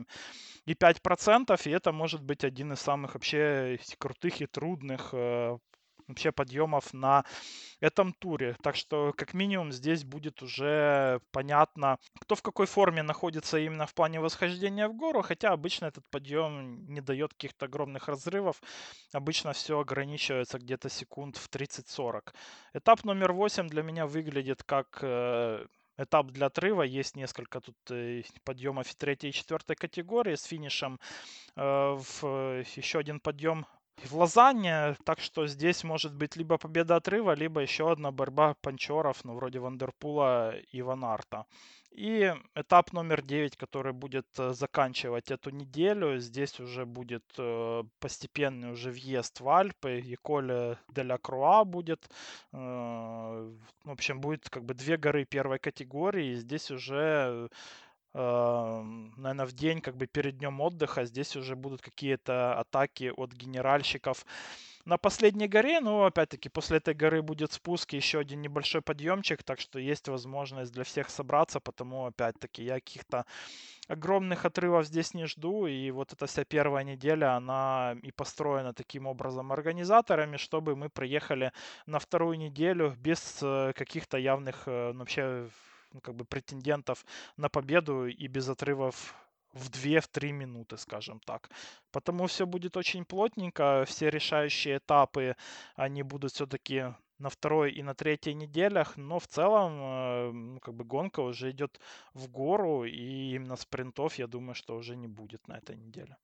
8,5%. И это может быть один из самых вообще крутых и трудных вообще подъемов на этом туре. Так что, как минимум, здесь будет уже понятно, кто в какой форме находится именно в плане восхождения в гору, хотя обычно этот подъем не дает каких-то огромных разрывов. Обычно все ограничивается где-то секунд в 30-40. Этап номер 8 для меня выглядит как этап для отрыва. Есть несколько тут подъемов и третьей и четвертой категории с финишем в еще один подъем в Лозанне, так что здесь может быть либо победа отрыва, либо еще одна борьба панчеров, ну, вроде Вандерпула и Ван Арта. И этап номер 9, который будет заканчивать эту неделю, здесь уже будет постепенный уже въезд в Альпы, Эколе де ла Круа будет. В общем, будет как бы две горы первой категории, и здесь уже наверное, в день как бы перед днем отдыха здесь уже будут какие-то атаки от генеральщиков на последней горе. Но опять-таки после этой горы будет спуск, еще один небольшой подъемчик, так что есть возможность для всех собраться, потому опять-таки я каких-то огромных отрывов здесь не жду. И вот эта вся первая неделя, она и построена таким образом организаторами, чтобы мы приехали на вторую неделю без каких-то явных вообще, ну, как бы претендентов на победу и без отрывов в 2-3 минуты, скажем так. Потому все будет очень плотненько, все решающие этапы, они будут все-таки на второй и на третьей неделях, но в целом, ну, как бы гонка уже идет в гору, и именно спринтов, я думаю, что уже не будет на этой неделе.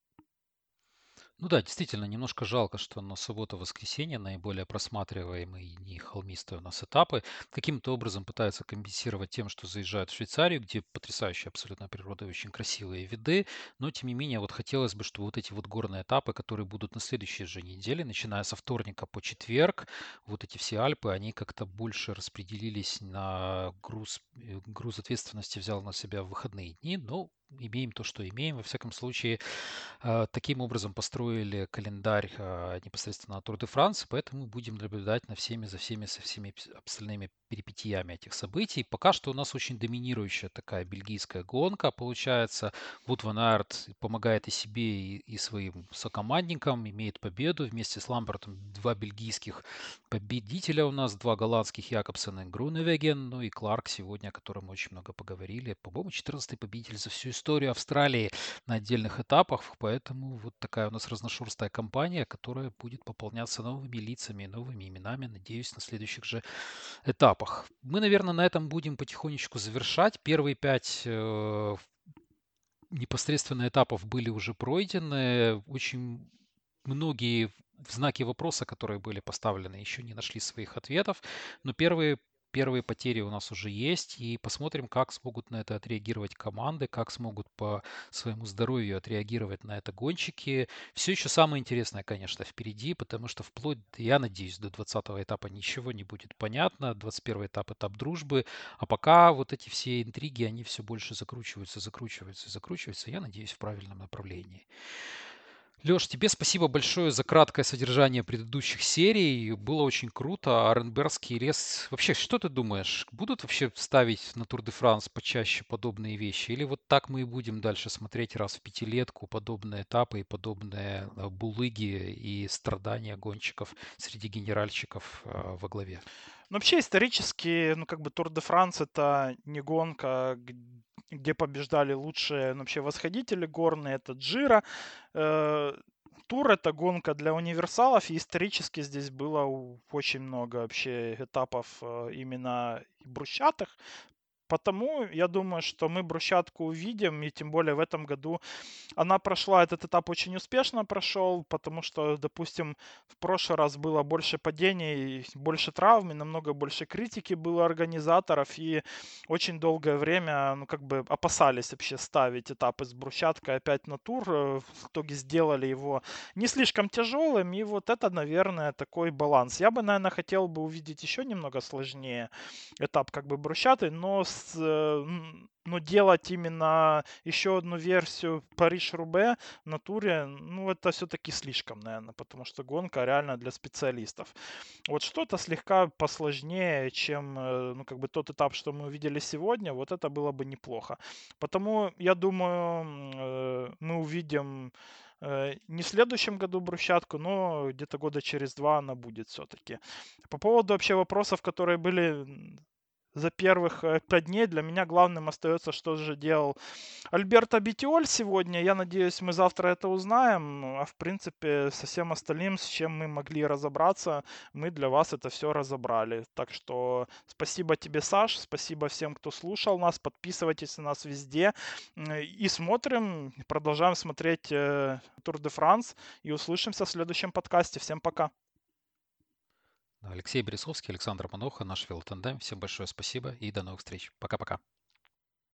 Ну да, действительно, немножко жалко, что на субботу-воскресенье наиболее просматриваемые и не холмистые у нас этапы каким-то образом пытаются компенсировать тем, что заезжают в Швейцарию, где потрясающая абсолютно природа и очень красивые виды. Но, тем не менее, вот хотелось бы, чтобы вот эти вот горные этапы, которые будут на следующей же неделе, начиная со вторника по четверг, вот эти все Альпы, они как-то больше распределились на груз ответственности взял на себя в выходные дни. Но имеем то, что имеем. Во всяком случае, таким образом построили календарь непосредственно Тур де Франс, поэтому будем наблюдать за всеми, со всеми остальными перипетиями этих событий. Пока что у нас очень доминирующая такая бельгийская гонка получается. Вуд ван Аерт помогает и себе, и своим сокомандникам, имеет победу вместе с Ламбертом. Два бельгийских победителя у нас, два голландских, Якобсен и Груневеген, ну и Кларк сегодня, о котором мы очень много поговорили. По-моему, 14-й победитель за всю историю Австралии на отдельных этапах, поэтому вот такая у нас разношерстная компания, которая будет пополняться новыми лицами, новыми именами, надеюсь, на следующих же этапах. Мы, наверное, на этом будем потихонечку завершать. Первые 5 непосредственно этапов были уже пройдены. Очень многие знаки вопроса, которые были поставлены, еще не нашли своих ответов. Но первые потери у нас уже есть. И посмотрим, как смогут на это отреагировать команды, как смогут по своему здоровью отреагировать на это гонщики. Все еще самое интересное, конечно, впереди, потому что вплоть, я надеюсь, до 20-го этапа ничего не будет понятно. 21-й этап дружбы. А пока вот эти все интриги, они все больше закручиваются, закручиваются, закручиваются. Я надеюсь, в правильном направлении. Леш, тебе спасибо большое за краткое содержание предыдущих серий. Было очень круто. Аренбергский лес. Вообще, что ты думаешь? Будут вообще ставить на Тур де Франс почаще подобные вещи? Или вот так мы и будем дальше смотреть раз в пятилетку подобные этапы и подобные булыги и страдания гонщиков среди генеральщиков во главе? Ну, вообще исторически, ну, как бы Тур де Франс это не гонка, где побеждали лучшие, ну, вообще восходители горные, это Джира. Э, Тур это гонка для универсалов, и исторически здесь было очень много вообще этапов именно брусчатых. Потому я думаю, что мы брусчатку увидим, и тем более в этом году она прошла, этот этап очень успешно прошел, потому что, допустим, в прошлый раз было больше падений, больше травм, и намного больше критики было организаторов, и очень долгое время, ну, как бы опасались вообще ставить этапы с брусчаткой опять на тур, в итоге сделали его не слишком тяжелым, и вот это, наверное, такой баланс. Я бы, наверное, хотел бы увидеть еще немного сложнее этап как бы брусчатый, но делать именно еще одну версию Париж-Рубе на туре, ну, это все-таки слишком, наверное, потому что гонка реально для специалистов. Вот что-то слегка посложнее, чем, ну, как бы тот этап, что мы увидели сегодня, вот это было бы неплохо. Потому, я думаю, мы увидим не в следующем году брусчатку, но где-то года через два она будет все-таки. По поводу вообще вопросов, которые были за первых 5 дней, для меня главным остается, что же делал Альберто Битиоль сегодня. Я надеюсь, мы завтра это узнаем. Ну, а в принципе, со всем остальным, с чем мы могли разобраться, мы для вас это все разобрали. Так что спасибо тебе, Саш, спасибо всем, кто слушал нас. Подписывайтесь на нас везде. И смотрим, продолжаем смотреть Тур де Франс. И услышимся в следующем подкасте. Всем пока. Алексей Березовский, Александр Маноха, наш велотандем. Всем большое спасибо и до новых встреч. Пока-пока.